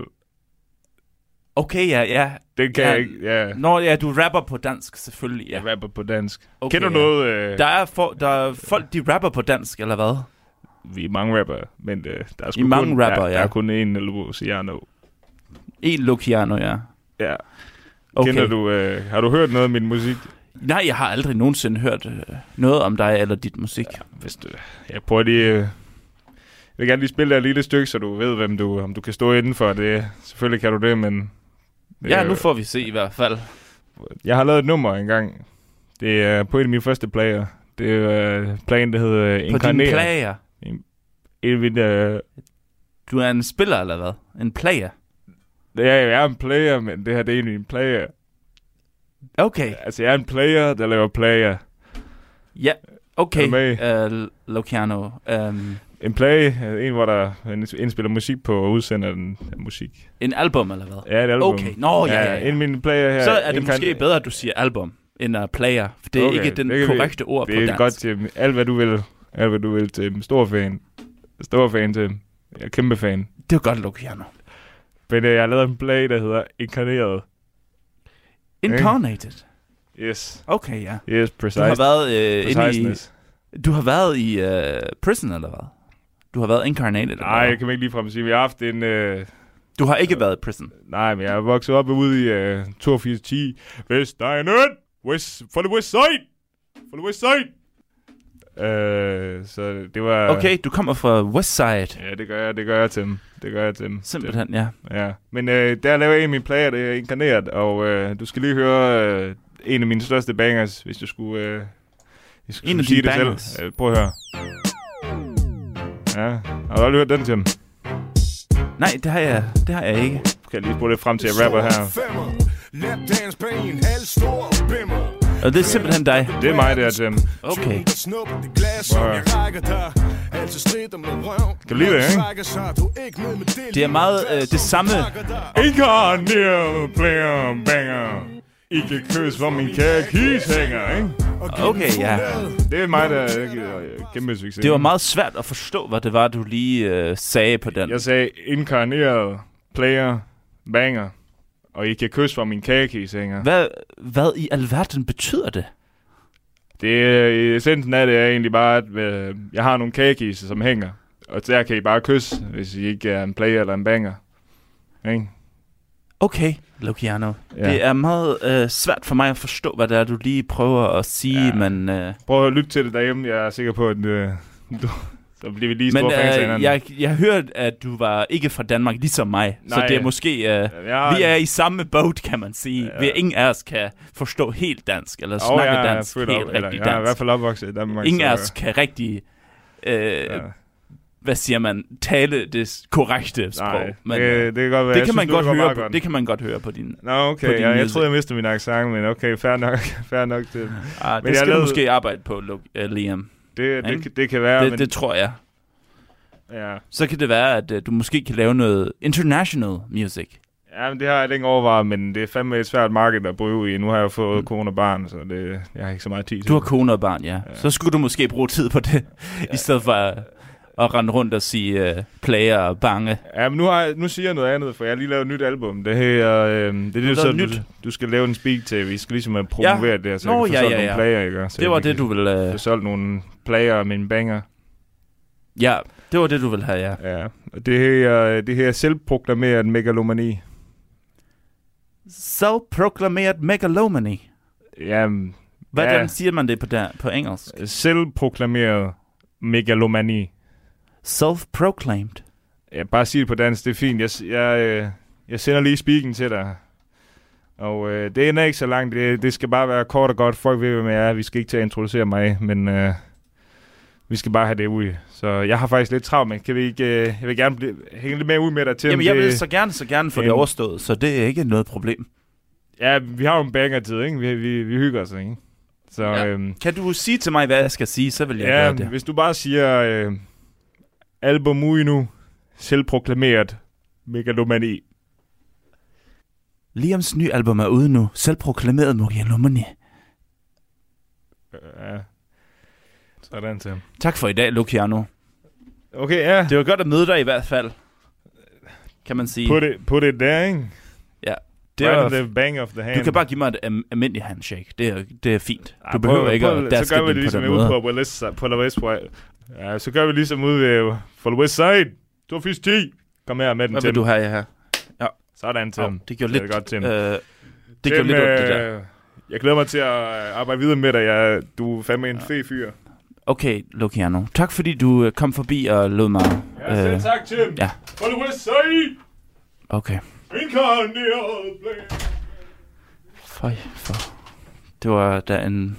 Okay, ja, ja. Det kan ja. jeg ikke, ja. Nå, ja, du rapper på dansk, selvfølgelig, ja. Jeg rapper på dansk. Okay, Kender du ja. noget... Uh... Der, er for, der er folk, de rapper på dansk, eller hvad? Vi er mange rapper, men uh, der er sgu I mange kun, rapper, der, ja. Der er kun én Luciano. En Luciano, ja. Ja. Okay. Kender du... Uh, har du hørt noget af min musik? Nej, jeg har aldrig nogensinde hørt uh, noget om dig eller dit musik. Ja, hvis du... Jeg prøver lige... Uh... Jeg vil gerne lige spille dig et lille stykke, så du ved, hvem du, om du kan stå indenfor det. Selvfølgelig kan du det, men... Ja, nu får vi se i hvert fald. Jeg har lavet et nummer engang. Det er på en af mine første player. Det er uh, plagen, der hedder uh, Incarnere. På din player? En, en, en, uh... Du er en spiller, eller hvad? En player? Ja, jeg er en player, men det her det er egentlig en player. Okay. Altså, jeg er en player, der laver player. Ja, okay. Uh, Luciano. Um... En play, en hvor der indspiller musik på og udsender den musik. En album, eller hvad? Ja, et album. Okay, nå ja, ja, ja. En min player her. Så er det måske kan... bedre, at du siger album, end uh, player. For det er okay, ikke den korrekte vi... ord det på dansk. Det er godt til alt, hvad du vil. Alt, hvad du vil til. Stor fan. Stor fan til. Jeg er kæmpe fan. Det er godt, Luciano. Men uh, jeg har lavet en play, der hedder Incarneret. Incarnated? Yes. Okay, ja. Yes, precise. Du har været øh, inde i... Du har været i uh, prison, eller hvad? Du har været incarnated? Nej, jeg kan ikke ligefrem sige. Vi har haft en... Uh, du har ikke uh, været i prison? Nej, men jeg er vokset op ude i uh, toogfirs ti. Vestegnen! West, for the west side! For the west side! Uh, så det var... Okay, du kommer fra west side. Ja, det gør jeg, det gør jeg til dem. Det gør jeg til dem. Simpelthen, ja. Ja, men uh, der laver jeg en af mine player, det er inkarneret, og uh, du skal lige høre uh, en af mine største bangers, hvis du skulle... Uh, en af dine bangers? Selv. Uh, prøv at høre. Ja, har du aldrig hørt den, Tim? Nej, det har jeg, det har jeg ikke. Du kan lige spole lidt frem til at rapper her. Og det er simpelthen dig? Det er mig, det er, Tim. Okay. Kan du lide det, ikke? Det er meget øh, det samme. Incarneret player banger. Ikke kys, hvor min kære kis hænger, ikke? Okay, ja. Det er mig, der er kæmpe succes. Det var meget svært at forstå, hvad det var, du lige øh, sagde på den. Jeg sagde inkarneret player banger. Og ikke kys, hvor min kære kis hænger. Hvad, hvad i alverden betyder det? Det i essensen af det er egentlig bare, at øh, jeg har nogle kagekise, som hænger. Og der kan I bare kysse, hvis I ikke er en player eller en banger. Ikke? Okay, Luciano. Ja. Det er meget øh, svært for mig at forstå, hvad det er, du lige prøver at sige, ja. men... Øh... Prøv at lytte til det derhjemme. Jeg er sikker på, at øh, du, Så bliver vi lige store Men, fans af øh, hinanden. jeg, jeg har hørt, at du var ikke fra Danmark, ligesom mig. Nej, så det er måske... Øh, jeg, vi er i samme boat, kan man sige. Ja. Vi, ingen af os kan forstå helt dansk, eller oh, snakke ja, dansk helt op, rigtig eller, dansk. Jeg er i hvert fald opvokset i Danmark. Ingen så, af os kan rigtig... Øh, ja. Hvad siger man? Tale det korrekte sprog. Nej, men, det, det kan godt være. Det kan, man synes, godt det høre på, godt. det kan man godt høre på din... Nå, okay. Din ja, jeg troede, jeg mistede min accent, men okay, fair nok, fair nok til. Ah, men det skal lavede... du måske arbejde på, uh, Liam. Det, det, det, det kan være, det, men... det tror jeg. Ja. Så kan det være, at uh, du måske kan lave noget international music. Ja, men det har jeg ikke overvejet, men det er fandme et svært marked at bruge i. Nu har jeg fået mm. kone og barn, så det, jeg har ikke så meget tid til. Du har kone og barn, ja. ja. Så skulle du måske bruge tid på det, ja. I stedet for at, at rende rundt og sige uh, plager og bange. Ja, men nu, har jeg, nu siger jeg noget andet, for jeg har lige lavet et nyt album. Det her, øh, det er det, så, du, du skal lave en speak til. Vi skal ligesom promovere ja. det, så Nå, jeg kan få ja, solgt ja, ja. nogle plager, ikke? Så det var det, du ville... Uh... få solgt nogle plager med en banger. Ja, det var det, du ville have, ja. Ja, og det her, det her selvproklameret megalomani. Self-proclaimed megalomany. Jamen, hvordan ja. siger man det på, der, på engelsk? Selvproklameret megalomani. Self-proclaimed. Ja, bare sig det på dansk, det er fint. Jeg, jeg, jeg sender lige speaken til dig. Og øh, det ender ikke så langt. Det, det skal bare være kort og godt. Folk ved, hvem jeg er. Vi skal ikke til at introducere mig, men øh, vi skal bare have det ud. Så jeg har faktisk lidt travlt med. Kan vi ikke, øh, jeg vil gerne blive, hænge lidt mere ud med dig til. Jamen, jeg det, vil så gerne, så gerne få det overstået, så det er ikke noget problem. Ja, vi har jo en banger-tid, ikke? Vi, vi, vi hygger os, ikke? Så, ja. øhm, kan du sige til mig, hvad jeg skal sige, så vil jeg ja, gøre det. Hvis du bare siger øh, album ud nu, selvproklameret megalomani. Liams nye album er ude nu, selvproklameret megalomani. Ja. Sådan til. Tak for i dag, Luciano. Okay, ja. Det var godt at møde dig i hvert fald, kan man sige. Put it, put it there, ikke? Ja. Det right var, the bang of the hand. Du kan bare give mig et um, almindeligt handshake. Det er, det er fint. Du Ej, behøver prøv, ikke prøv, at daske så gør vi den ligesom på den måde. På, på, West, på the West Side. Ja, så gør vi ligesom ude ved for the West Side. to firs ti. Kom her med den, Hvad Tim. vil du have her? Ja. Sådan, Tim. Oh, det gjorde lidt, det godt, Tim. Øh, det Tim, gjorde lidt ondt, det der. Jeg glæder mig til at arbejde videre med dig. Jeg, du er fandme en ja. fed fyr. Okay, Luciano. Tak fordi du kom forbi og lod mig... Ja, selv øh, tak, Tim. Ja. For the West Side. Okay. Incarneret plan. Føj, for... Det var da en...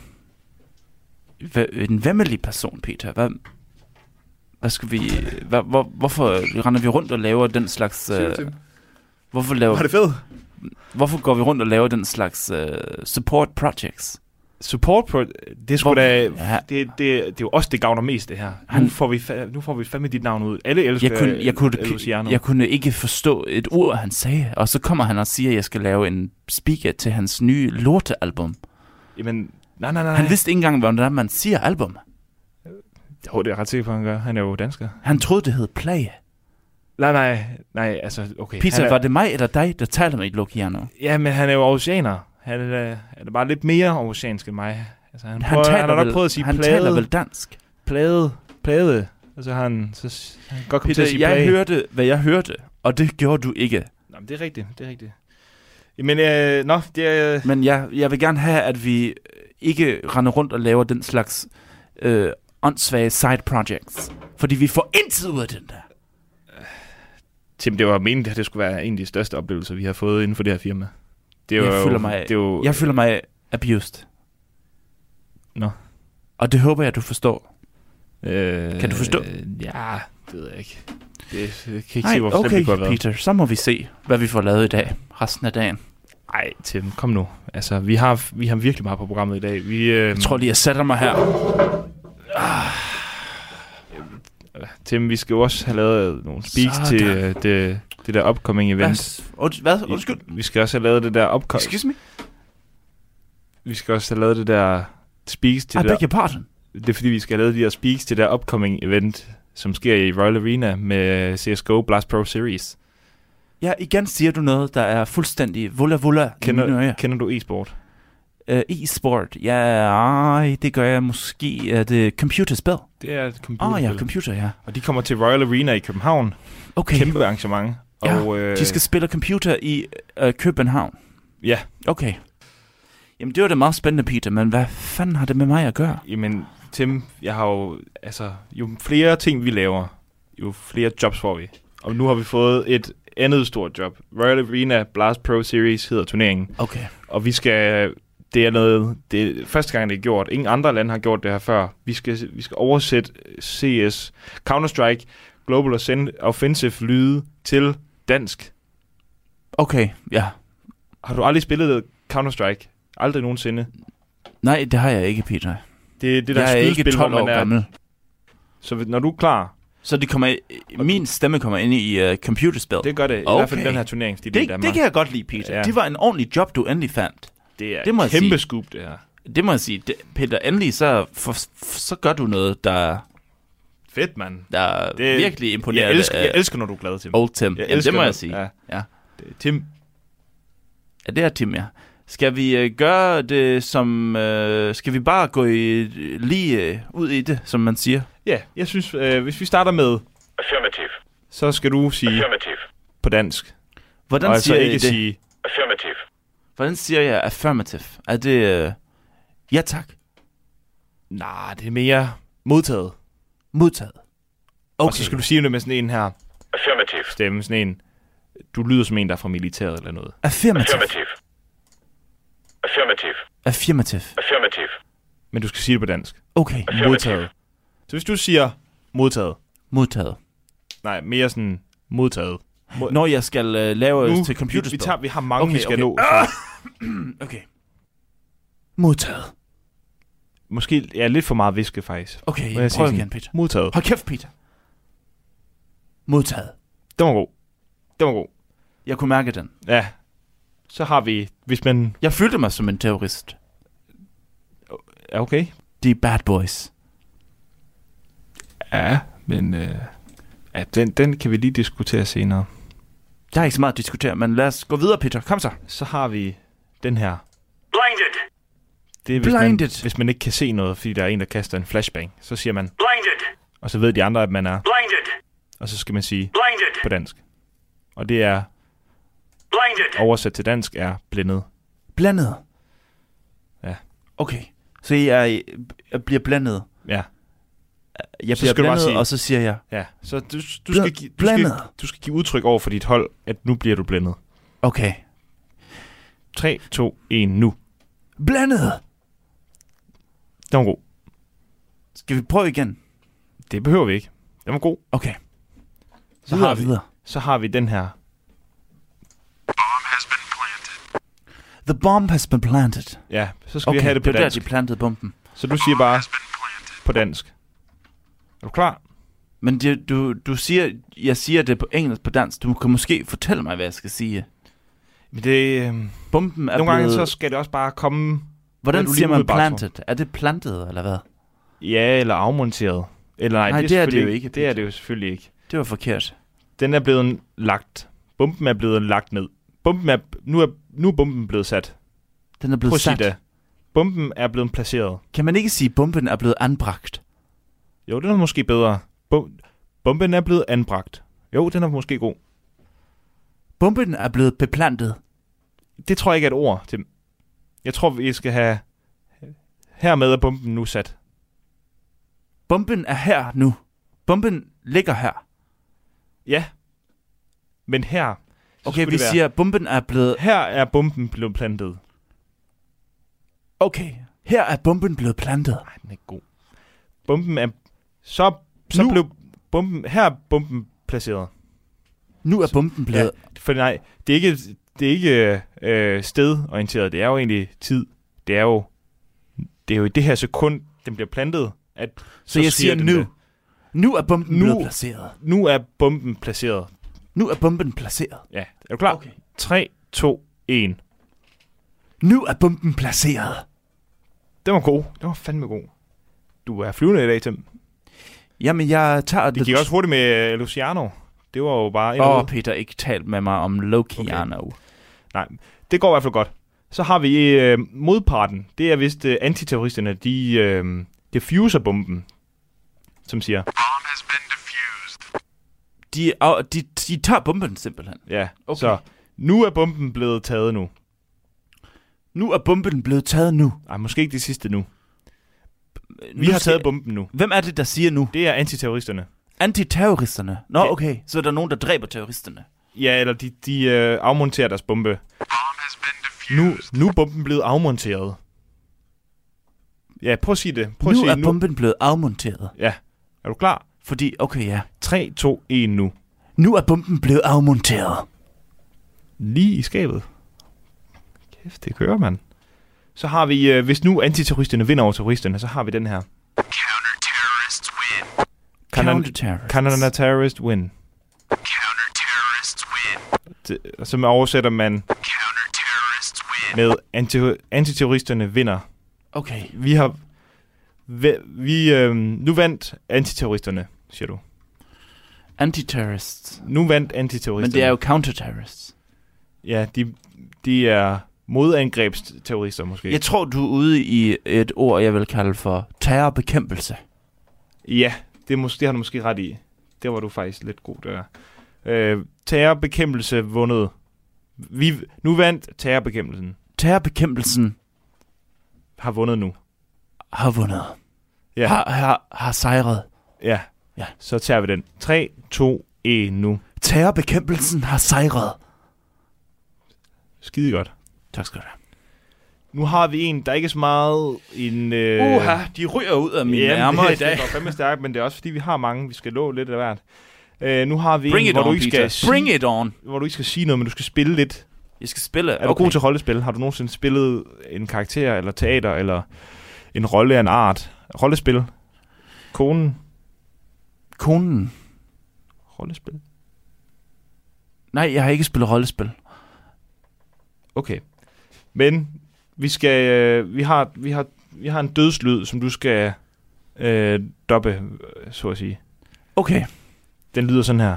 En væmmelig person, Peter. Hvad... Hvad skal vi... Hvad, hvor, hvorfor render vi rundt og laver den slags... Øh, hvorfor laver... Var det fedt? Hvorfor går vi rundt og laver den slags øh, support projects? Support projects? Det er sgu Hvor, da... ja. Det, det, det er jo også det gavner mest, det her. Han, nu, får vi fa- nu får vi fandme dit navn ud. Alle elsker jeg kunne, jeg, kunne, Luciano. Jeg kunne ikke forstå et ord, han sagde. Og så kommer han og siger, at jeg skal lave en speaker til hans nye lortealbum. Jamen, nej, nej, nej. Han vidste ikke engang, hvordan man siger album. Jo, det er ret sikker på, han gør. Han er jo dansker. Han troede, det hed Plage. Nej, nej, nej, altså, okay. Peter, er, var det mig eller dig, der taler med Luciano? Ja, men han er jo oceaner. Han er, er bare lidt mere oceansk end mig. Altså, han, han, prøver, taler han har nok vel, prøvet at sige han plade. taler vel dansk? Plade, plade. Altså, han, så, han kan godt komme Peter, til at sige jeg plage. hørte, hvad jeg hørte, og det gjorde du ikke. Nå, men det er rigtigt, det er rigtigt. Men, øh, nå, det er... Men jeg, jeg vil gerne have, at vi ikke render rundt og laver den slags øh, åndssvage side projects. Fordi vi får intet ud af den der. Tim, det var meningen, at det skulle være en af de største oplevelser, vi har fået inden for det her firma. Det er jeg, jo, føler mig, det er jo, jeg føler mig abused. Nå. Og det håber jeg, du forstår. Øh, kan du forstå? Ja, det ved jeg ikke. Det, jeg kan ikke Ej, se, hvor okay, slemt det kunne have Peter, så må vi se, hvad vi får lavet i dag, resten af dagen. Ej, Tim, kom nu. Altså, vi har, vi har virkelig meget på programmet i dag. Vi, øh, jeg tror lige, jeg sætter mig her. Ah. Tim, vi skal jo også have lavet nogle speaks Sådan. til uh, det, det der upcoming event. Hvad? Hvad? Undskyld? Vi skal også have lavet det der upcoming... Excuse me? Vi skal også have lavet det der speaks til I det der... beg your pardon. Det er fordi, vi skal have lavet de der speaks til det der upcoming event, som sker i Royal Arena med C S G O Blast Pro Series. Ja, igen siger du noget, der er fuldstændig vulla vulla. Kender, kender du e-sport? Uh, e-sport? Ja, ej, det gør jeg måske. Er det computerspil? Det er et computerspil. Åh oh, ja, computer, ja. Og de kommer til Royal Arena i København. Okay. Kæmpe arrangement. Ja, og, øh... de skal spille computer i uh, København. Ja. Okay. Jamen, det var da meget spændende, Peter, men hvad fanden har det med mig at gøre? Jamen, Tim, jeg har jo, altså, jo flere ting vi laver, jo flere jobs får vi. Og nu har vi fået et andet stort job. Royal Arena Blast Pro Series hedder turneringen. Okay. Og vi skal, det er noget, det er første gang, det er gjort. Ingen andre lande har gjort det her før. Vi skal, vi skal oversætte C S, Counter-Strike, Global Offensive lyde til dansk. Okay, ja. Har du aldrig spillet Counter-Strike? Aldrig nogensinde? Nej, det har jeg ikke, Peter. Det er det der jeg er skydespil, ikke tolv hvor år man er... gammel. Så når du er klar... Så det kommer, min stemme kommer ind i uh, computerspil? Det gør det, i okay. hvert fald den her turnering. Det, det, det kan jeg godt lide, Peter. Ja. Det var en ordentlig job, du endelig fandt. Det er det må kæmpe scoop, det her. Det må jeg sige. Det, Peter, endelig så, for, så gør du noget, der... Fedt, mand. Der er det, virkelig imponerende. Jeg elsker, jeg elsker, når du er glad, Tim. Old Tim. Jamen, det må jeg sige. Ja. Ja. Det, Tim. Ja, det er Tim, ja. Skal vi uh, gøre det som... Uh, skal vi bare gå i, lige uh, ud i det, som man siger? Ja, jeg synes, uh, hvis vi starter med... Affirmative. Så skal du sige... Affirmative. På dansk. Hvordan og siger altså jeg ikke det? Sige... Affirmative. Hvordan siger jeg affirmative? Er det... Uh, ja, tak. Nej, det er mere modtaget. Modtaget. Okay. Og så skal du sige det med sådan en her... Affirmative. Stemme, sådan en... Du lyder som en, der er fra militæret eller noget. Affirmative. Affirmative. Affirmative. Affirmative. Affirmative. Men du skal sige det på dansk. Okay. Modtaget. Så hvis du siger modtaget. Modtaget. Nej, mere sådan modtaget. Mod... Når jeg skal uh, lave nu, til computerspil. Vi, vi, tager, vi har mange, okay, vi skal okay. nå. Så. Okay. Modtaget. Måske er lidt for meget viske, faktisk. Okay, jeg prøv igen, Peter. Modtaget. Hold kæft, Peter. Modtaget. Den var god. Den var god. Jeg kunne mærke den. Ja. Så har vi, hvis man... Jeg følte mig som en terrorist. Ja, okay. De bad boys. Ja, men... Øh, ja, den, den kan vi lige diskutere senere. Der er ikke så meget at diskutere, men lad os gå videre, Peter. Kom så. Så har vi den her. Blinded. Det er, hvis Blinded. man, hvis man ikke kan se noget, fordi der er en, der kaster en flashbang. Så siger man... Blinded. Og så ved de andre, at man er... Blinded. Og så skal man sige... Blinded. På dansk. Og det er... Blinded. Oversat til dansk er blændet. Blændet? Ja. Okay. Så jeg, jeg bliver blændet? Ja. Jeg bliver blændet, sige, og så siger jeg... Ja, så du, du, skal, give, du, skal, du skal give udtryk over for dit hold, at nu bliver du blændet. Okay. tre, to, et, nu. Blændet! Den var god. Skal vi prøve igen? Det behøver vi ikke. Den var god. Okay. Så, videre, har, vi, videre. så har vi den her. Bomb has been planted. The bomb has been planted. Ja, så skal okay, vi have det på det dansk. Det er der, de plantede bomben. Så du siger bare på dansk. Er du klar? Men det, du, du siger, jeg siger det på engelsk på dansk. Du kan måske fortælle mig, hvad jeg skal sige. Men det... Øh, bomben er nogle blevet... gange så skal det også bare komme... Hvordan siger man planted? Er det plantet, eller hvad? Ja, eller afmonteret. Eller nej, nej det, det er, er det jo ikke. Det er det jo selvfølgelig ikke. Det var forkert. Den er blevet lagt. Bomben er blevet lagt ned. Bomben er, nu, er, nu er bomben blevet sat. Den er blevet Prøv sat? Det. Bomben er blevet placeret. Kan man ikke sige, at bomben er blevet anbragt? Jo, den er måske bedre. Bom- bomben er blevet anbragt. Jo, den er måske god. Bomben er blevet beplantet. Det tror jeg ikke er et ord, Tim. Jeg tror, vi skal have... Hermed er bomben nu sat. Bomben er her nu. Bomben ligger her. Ja. Men her... Okay, vi siger, at bomben er blevet... Her er bomben blevet plantet. Okay, her er bomben blevet plantet. Nej, den er ikke god. Bomben er... Så, så nu. blev bomben... Her er bomben placeret. Nu er bomben blevet... Ja, for nej, det er ikke, det er ikke øh, stedorienteret. Det er jo egentlig tid. Det er jo... Det er jo i det her sekund, den bliver plantet. At, så, så jeg siger nu. Det. Nu er bomben nu, blevet placeret. Nu er bomben placeret. Nu er bomben placeret. Ja, er du klar? Okay. tre, to, et. Nu er bomben placeret. Den var god. Den var fandme god. Du er flyvende i dag, Tim. Jamen, jeg tager... Det gik også hurtigt med uh, Luciano. Det var jo bare... Åh, oh, Peter, ikke talt med mig om Luciano. Okay. Nej, det går i hvert fald godt. Så har vi uh, modparten. Det er vist uh, antiterroristerne, de uh, defuser bomben, som siger... Bomb has been defused. De, uh, de, de tager bomben simpelthen. Ja, okay. Så nu er bomben blevet taget nu. Nu er bomben blevet taget nu. Nej, måske ikke det sidste nu. Vi har taget bomben nu. Hvem er det, der siger nu? Det er antiterroristerne. Antiterroristerne? Nå, Ja. okay. Så er der nogen, der dræber terroristerne? Ja, eller de, de øh, afmonterer deres bombe. Nu, nu er bomben blevet afmonteret. Ja, prøv at sige det. Prøv Nu at sige, er bomben blevet afmonteret. Ja. Er du klar? Fordi, okay, ja. tre, to, et nu. Nu er bomben blevet afmonteret. Lige i skabet. Kæft, det kører, mand. Så har vi, øh, hvis nu antiterroristerne vinder over terroristerne, så har vi den her. Counter-terrorists win. Counter-terrorists. Counter-terrorist win. Counter-terrorists win. Det, som oversætter man Counter-terrorists win. med anti- antiterroristerne vinder. Okay. Vi har... Vi, vi øh, nu vandt antiterroristerne, siger du. Antiterrorists. Nu vandt antiterroristerne. Men det er jo counter-terrorists. Ja, de, de er modangrebsterrorister måske. Jeg tror, du er ude i et ord, jeg vil kalde for terrorbekæmpelse. Ja, det, er mås- det har du måske ret i. Det var du faktisk lidt god der. Øh, terrorbekæmpelse vundet. Vi, nu vandt terrorbekæmpelsen. Terrorbekæmpelsen Har vundet nu. har vundet. Ja. Har, har, har sejret. Ja. Ja. Så tager vi den. tre, to, et nu. Terrorbekæmpelsen har sejret. Skide godt. Tak skal du have. Nu har vi en, der ikke er så meget en... Øh... Uha, de ryger ud af mine Jamen, ærmer i det, dag. det går fandme stærkt, men det er også fordi, vi har mange. Vi skal lå lidt af hvert. Øh, nu har vi Bring en, it hvor, on, du ikke skal Peter. sige, Bring it on. hvor du ikke skal sige noget, men du skal spille lidt. Jeg skal spille. Er du okay. god til rollespil? Har du nogensinde spillet en karakter, eller teater, eller en rolle af en art? Rollespil? Konen? Konen? Rollespil? Nej, jeg har ikke spillet rollespil. Okay. Men vi skal... Øh, vi, har, vi, har, vi har en dødslyd, som du skal øh, doppe, så at sige. Okay. Den lyder sådan her.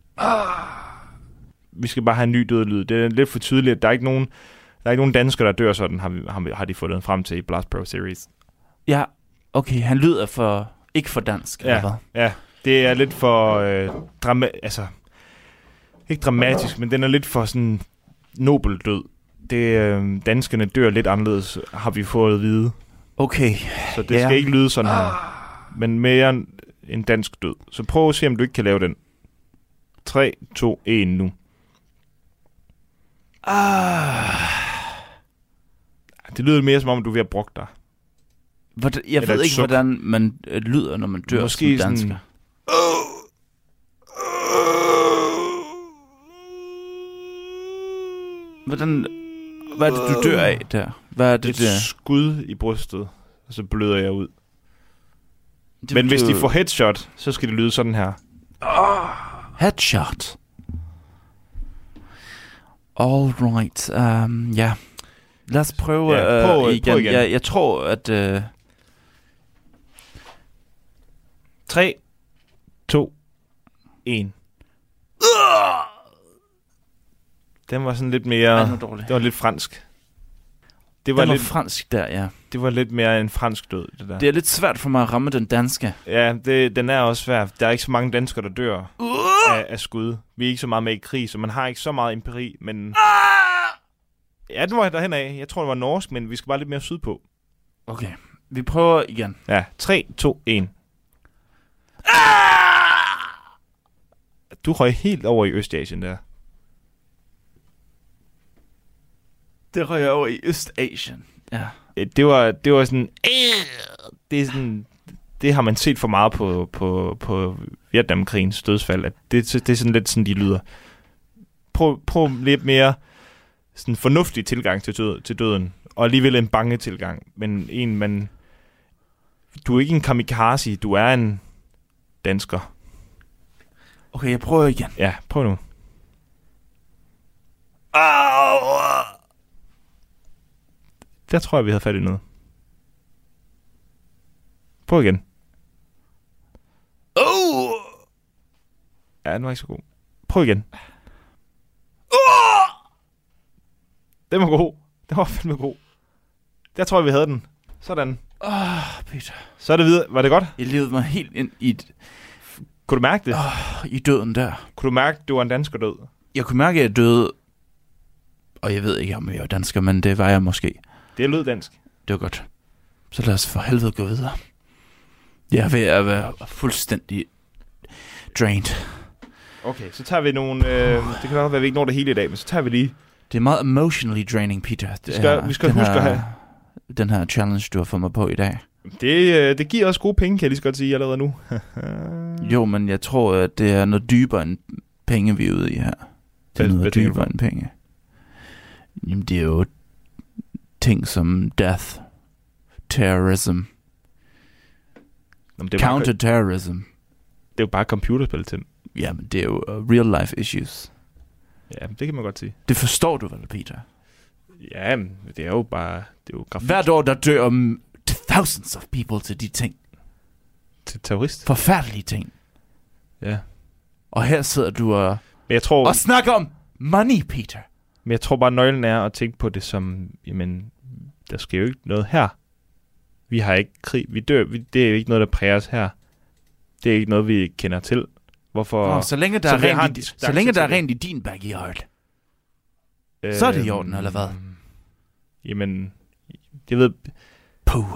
Vi skal bare have en ny dødlyd. Det er lidt for tydeligt. Der er ikke nogen, der er ikke nogen danskere, der dør sådan, har, vi, har, har de fået den frem til i Blast Pro Series. Ja, okay. Han lyder for... Ikke for dansk, Ja, eller hvad? ja. Det er lidt for... Øh, drama- altså... Ikke dramatisk, men den er lidt for sådan... nobel død. Det, øh, danskerne dør lidt anderledes, har vi fået at vide. Okay. Så det Ja. skal ikke lyde sådan her. Men mere en, en dansk død. Så prøv at se, om du ikke kan lave den. tre, to, et nu. Ah. Det lyder mere som om, du er ved at brokke dig. Hvordan, jeg Eller ved et ikke, suk. hvordan man øh, lyder, når man dør Måske som sådan- dansker. Hvordan... Hvad er det, du dør af der? Hvad er det, Et der? skud i brystet, og så bløder jeg ud. Det Men hvis de betyder- får headshot, så skal det lyde sådan her. Headshot. All right. Um, ja. Lad os prøve, Ja, prøv- uh, prøv igen. igen. Jeg, jeg tror, at... Uh, tre, to, et. Den var sådan lidt mere... Ej, den var dårlig. Det var lidt fransk. Det var var, lidt lidt, fransk der, ja. det var lidt mere en fransk død, det der. Det er lidt svært for mig at ramme den danske. Ja, det, den er også svær. Der er ikke så mange danskere, der dør Uh! af, af skud. Vi er ikke så meget med i krig, så man har ikke så meget empiri, men... Ja, den var derhen af. Jeg tror, det var norsk, men vi skal bare lidt mere sydpå. Okay, vi prøver igen. Ja, tre, to, et. Du røg helt over i Østasien der. Det røg over i Østasien. Ja. Det var, det var sådan... Det er sådan... Det har man set for meget på, på, på Vietnamkrigens dødsfald, at det, det er sådan lidt sådan, de lyder. Prøv, prøv lidt mere sådan fornuftig tilgang til, død, til døden, og alligevel en bange tilgang, men en, man... Du er ikke en kamikaze, du er en dansker. Okay, jeg prøver igen. Ja, prøv nu. Der tror jeg, vi havde fat i noget. Prøv igen. Oh! Ja, den var ikke så god. Prøv igen. Den var god. Den var fandme god. Der tror jeg, vi havde den. Sådan. Åh, oh, Peter. Så er det videre. Var det godt? Jeg levede mig helt ind i, et, Kunne du mærke det? oh, i døden der. Kunne du mærke, at du var en dansker død? Jeg kunne mærke, at jeg døde. Og jeg ved ikke, om jeg var dansker, men det var jeg måske. Det lød dansk. Det var godt. Så lad os for helvede gå videre. Jeg er ved at være fuldstændig drained. Okay, så tager vi nogle... Øh, det kan godt være, at vi ikke når det hele i dag, men så tager vi lige... Det er meget emotionally draining, Peter. Det vi skal, er, vi skal huske her, at have... Den her challenge, du har fået mig på i dag. Det, øh, det giver også gode penge, kan jeg lige så godt sige allerede nu. Jo, men jeg tror, at det er noget dybere end penge, vi er ude i her. Det er hvad, noget hvad dybere end penge. Jamen, det er jo ting som death, terrorism, Jamen, det counterterrorism. Det er jo bare computerspil, Tim. Jamen, det er jo uh, real life issues. Ja, det kan man godt sige. Det forstår du vel, Peter? Ja, men det er jo bare... Det er jo grafik. Hvert år, der dør um, thousands of people til de ting. Til terrorist? Forfærdelige ting. Ja. Og her sidder du og... Men jeg tror... Og snakker om money, Peter. Men jeg tror bare, nøglen er at tænke på det som... Jamen, der sker jo ikke noget her. Vi har ikke krig. Vi dør. Vi, det er jo ikke noget, der præger os her. Det er ikke noget, vi kender til. Hvorfor... Nå, så længe der, så er, rent i, så længe der er rent i din backyard, øh, så er det i orden, eller hvad? Jamen, jeg ved... Puh.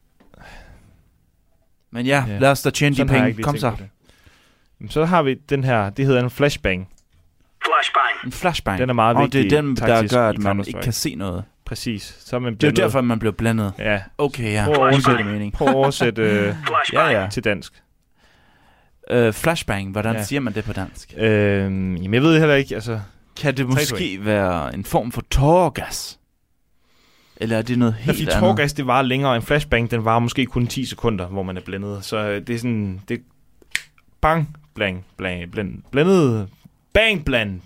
Men ja, ja, lad os da tjene de penge. Kom så. Så har vi den her, det hedder en flashbang. Flashbang. En flashbang. Den er meget og vigtig. Og det er den, der gør, at man ikke kan se noget. Præcis. Så er man det er jo derfor, man bliver blændet. Ja. Okay, ja. Prøv at oversætte, mening. Prøv at oversætte øh, ja, ja. til dansk. Uh, flashbang, hvordan ja. siger man det på dansk? Øh, jamen, jeg ved heller ikke, altså... Kan det måske være en form for tåregas? Eller er det noget helt Fordi andet? tåregas, det varer længere. En flashbang, den varer måske kun ti sekunder, hvor man er blændet. Så det er sådan... Det bang, blang, blang, blænd, blændet... Bang, bland.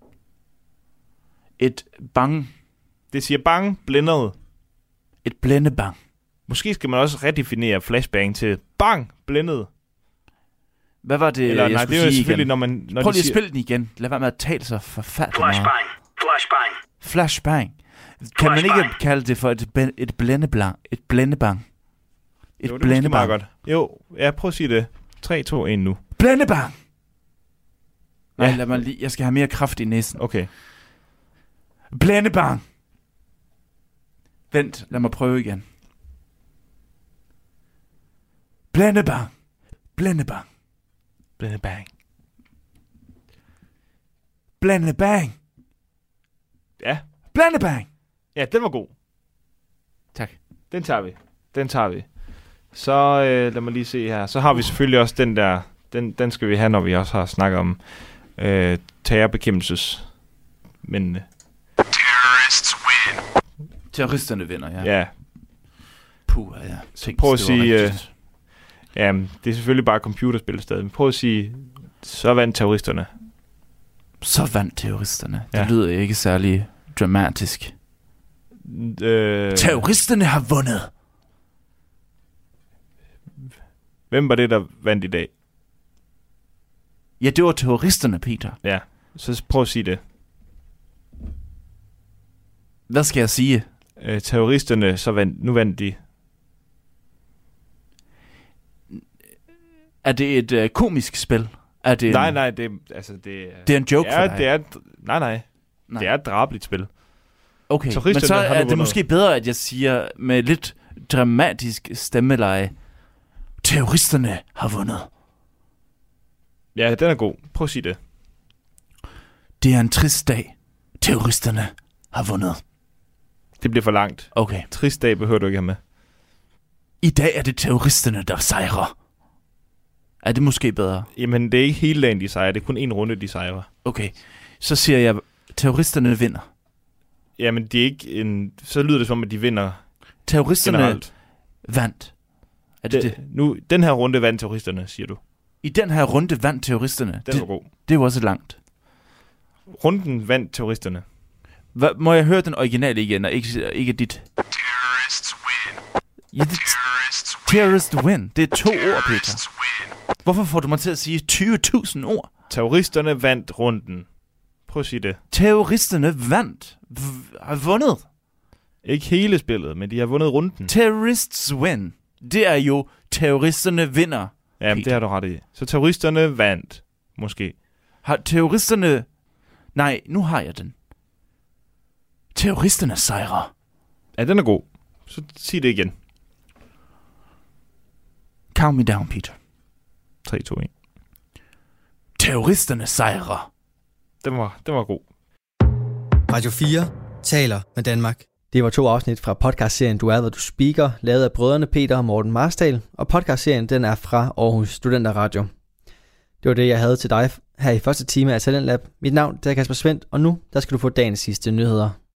Et bang. Det siger bang, blændet. Et blændebang. Måske skal man også redefinere flashbang til bang, blændet. Hvad var det, Eller, jeg nej, skulle det er jo sige selvfølgelig, igen? når man... Når Prøv de lige at siger... spille den igen. Lad være med at tale så forfærdeligt Flashbang. meget. Flashbang. Flashbang. Kan man ikke kalde det for et, bl- et blændebang? Et blændebang? Et jo, det blændebang. meget godt. Jo, ja, prøv at sige det. tre, to, et nu. Blændebang! Nej, ja. lad mig lige... Jeg skal have mere kraft i næsen. Okay. Blændebang! Vent, lad mig prøve igen. Blændebang! Blændebang! Blændebang. Blændebang! Ja. Blændebang! Ja, den var god. Tak. Den tager vi. Den tager vi. Så øh, lad mig lige se her. Så har vi selvfølgelig også den der... Den, den skal vi have, når vi også har snakket om øh, terrorbekæmpelses... Men... Øh, Terrorists win. Terroristerne vinder, ja. Ja. Puh, ja. Tænk, prøv at sige... Øh, ja, det er selvfølgelig bare computerspil stadig. Men prøv at sige... Så vandt terroristerne. Så vandt terroristerne. Ja. Det lyder ikke særlig dramatisk. Øh, Terroristerne har vundet. Hvem var det, der vandt i dag? Ja, det var terroristerne, Peter. Ja, så prøv at sige det. Hvad skal jeg sige? Øh, terroristerne, så vandt, nu vandt de. Er det et øh, komisk spil? Er det nej, en... nej, det, altså, det, det er en joke det er, for dig? Det er, nej, nej, nej. Det er et drabeligt spil. Okay, men så er det måske bedre, at jeg siger med lidt dramatisk stemmeleje, terroristerne har vundet. Ja, den er god. Prøv at sige det. Det er en trist dag. Terroristerne har vundet. Det bliver for langt. Okay. Trist dag behøver du ikke have med. I dag er det terroristerne, der sejrer. Er det måske bedre? Jamen, det er ikke hele dagen, de sejrer. Det er kun en runde, de sejrer. Okay. Så siger jeg, terroristerne vinder. Jamen, det er ikke en... Så lyder det som, at de vinder. Terroristerne generelt. vandt. Er det det, det? Nu, den her runde vandt terroristerne, siger du. I den her runde vandt terroristerne. Den det, var god. Det er jo også langt. Runden vandt terroristerne. Hva, må jeg høre den originale igen, og ikke, ikke dit? Terrorists win. Ja, det, Terrorists win. terrorist win. Det er to ord, Peter. Terrorists win. Hvorfor får du mig til at sige tyve tusind ord? Terroristerne vandt runden. Prøv at sige det. Terroristerne vandt. V- har vundet. Ikke hele spillet, men de har vundet runden. Terrorists win. Det er jo terroristerne vinder. Ja, det har du ret i. Så terroristerne vandt. Måske. Har terroristerne... Nej, nu har jeg den. Terroristerne sejrer. Ja, den er god. Så sig det igen. Calm me down, Peter. tre, to, et. Terroristerne sejrer. Den var, den var god. Radio fire taler med Danmark. Det var to afsnit fra podcastserien Du er, hvad du speaker, lavet af brødrene Peter og Morten Marstal, og podcastserien den er fra Aarhus Studenterradio. Det var det, jeg havde til dig her i første time af Talentlab. Mit navn det er Kasper Svendt, og nu der skal du få dagens sidste nyheder.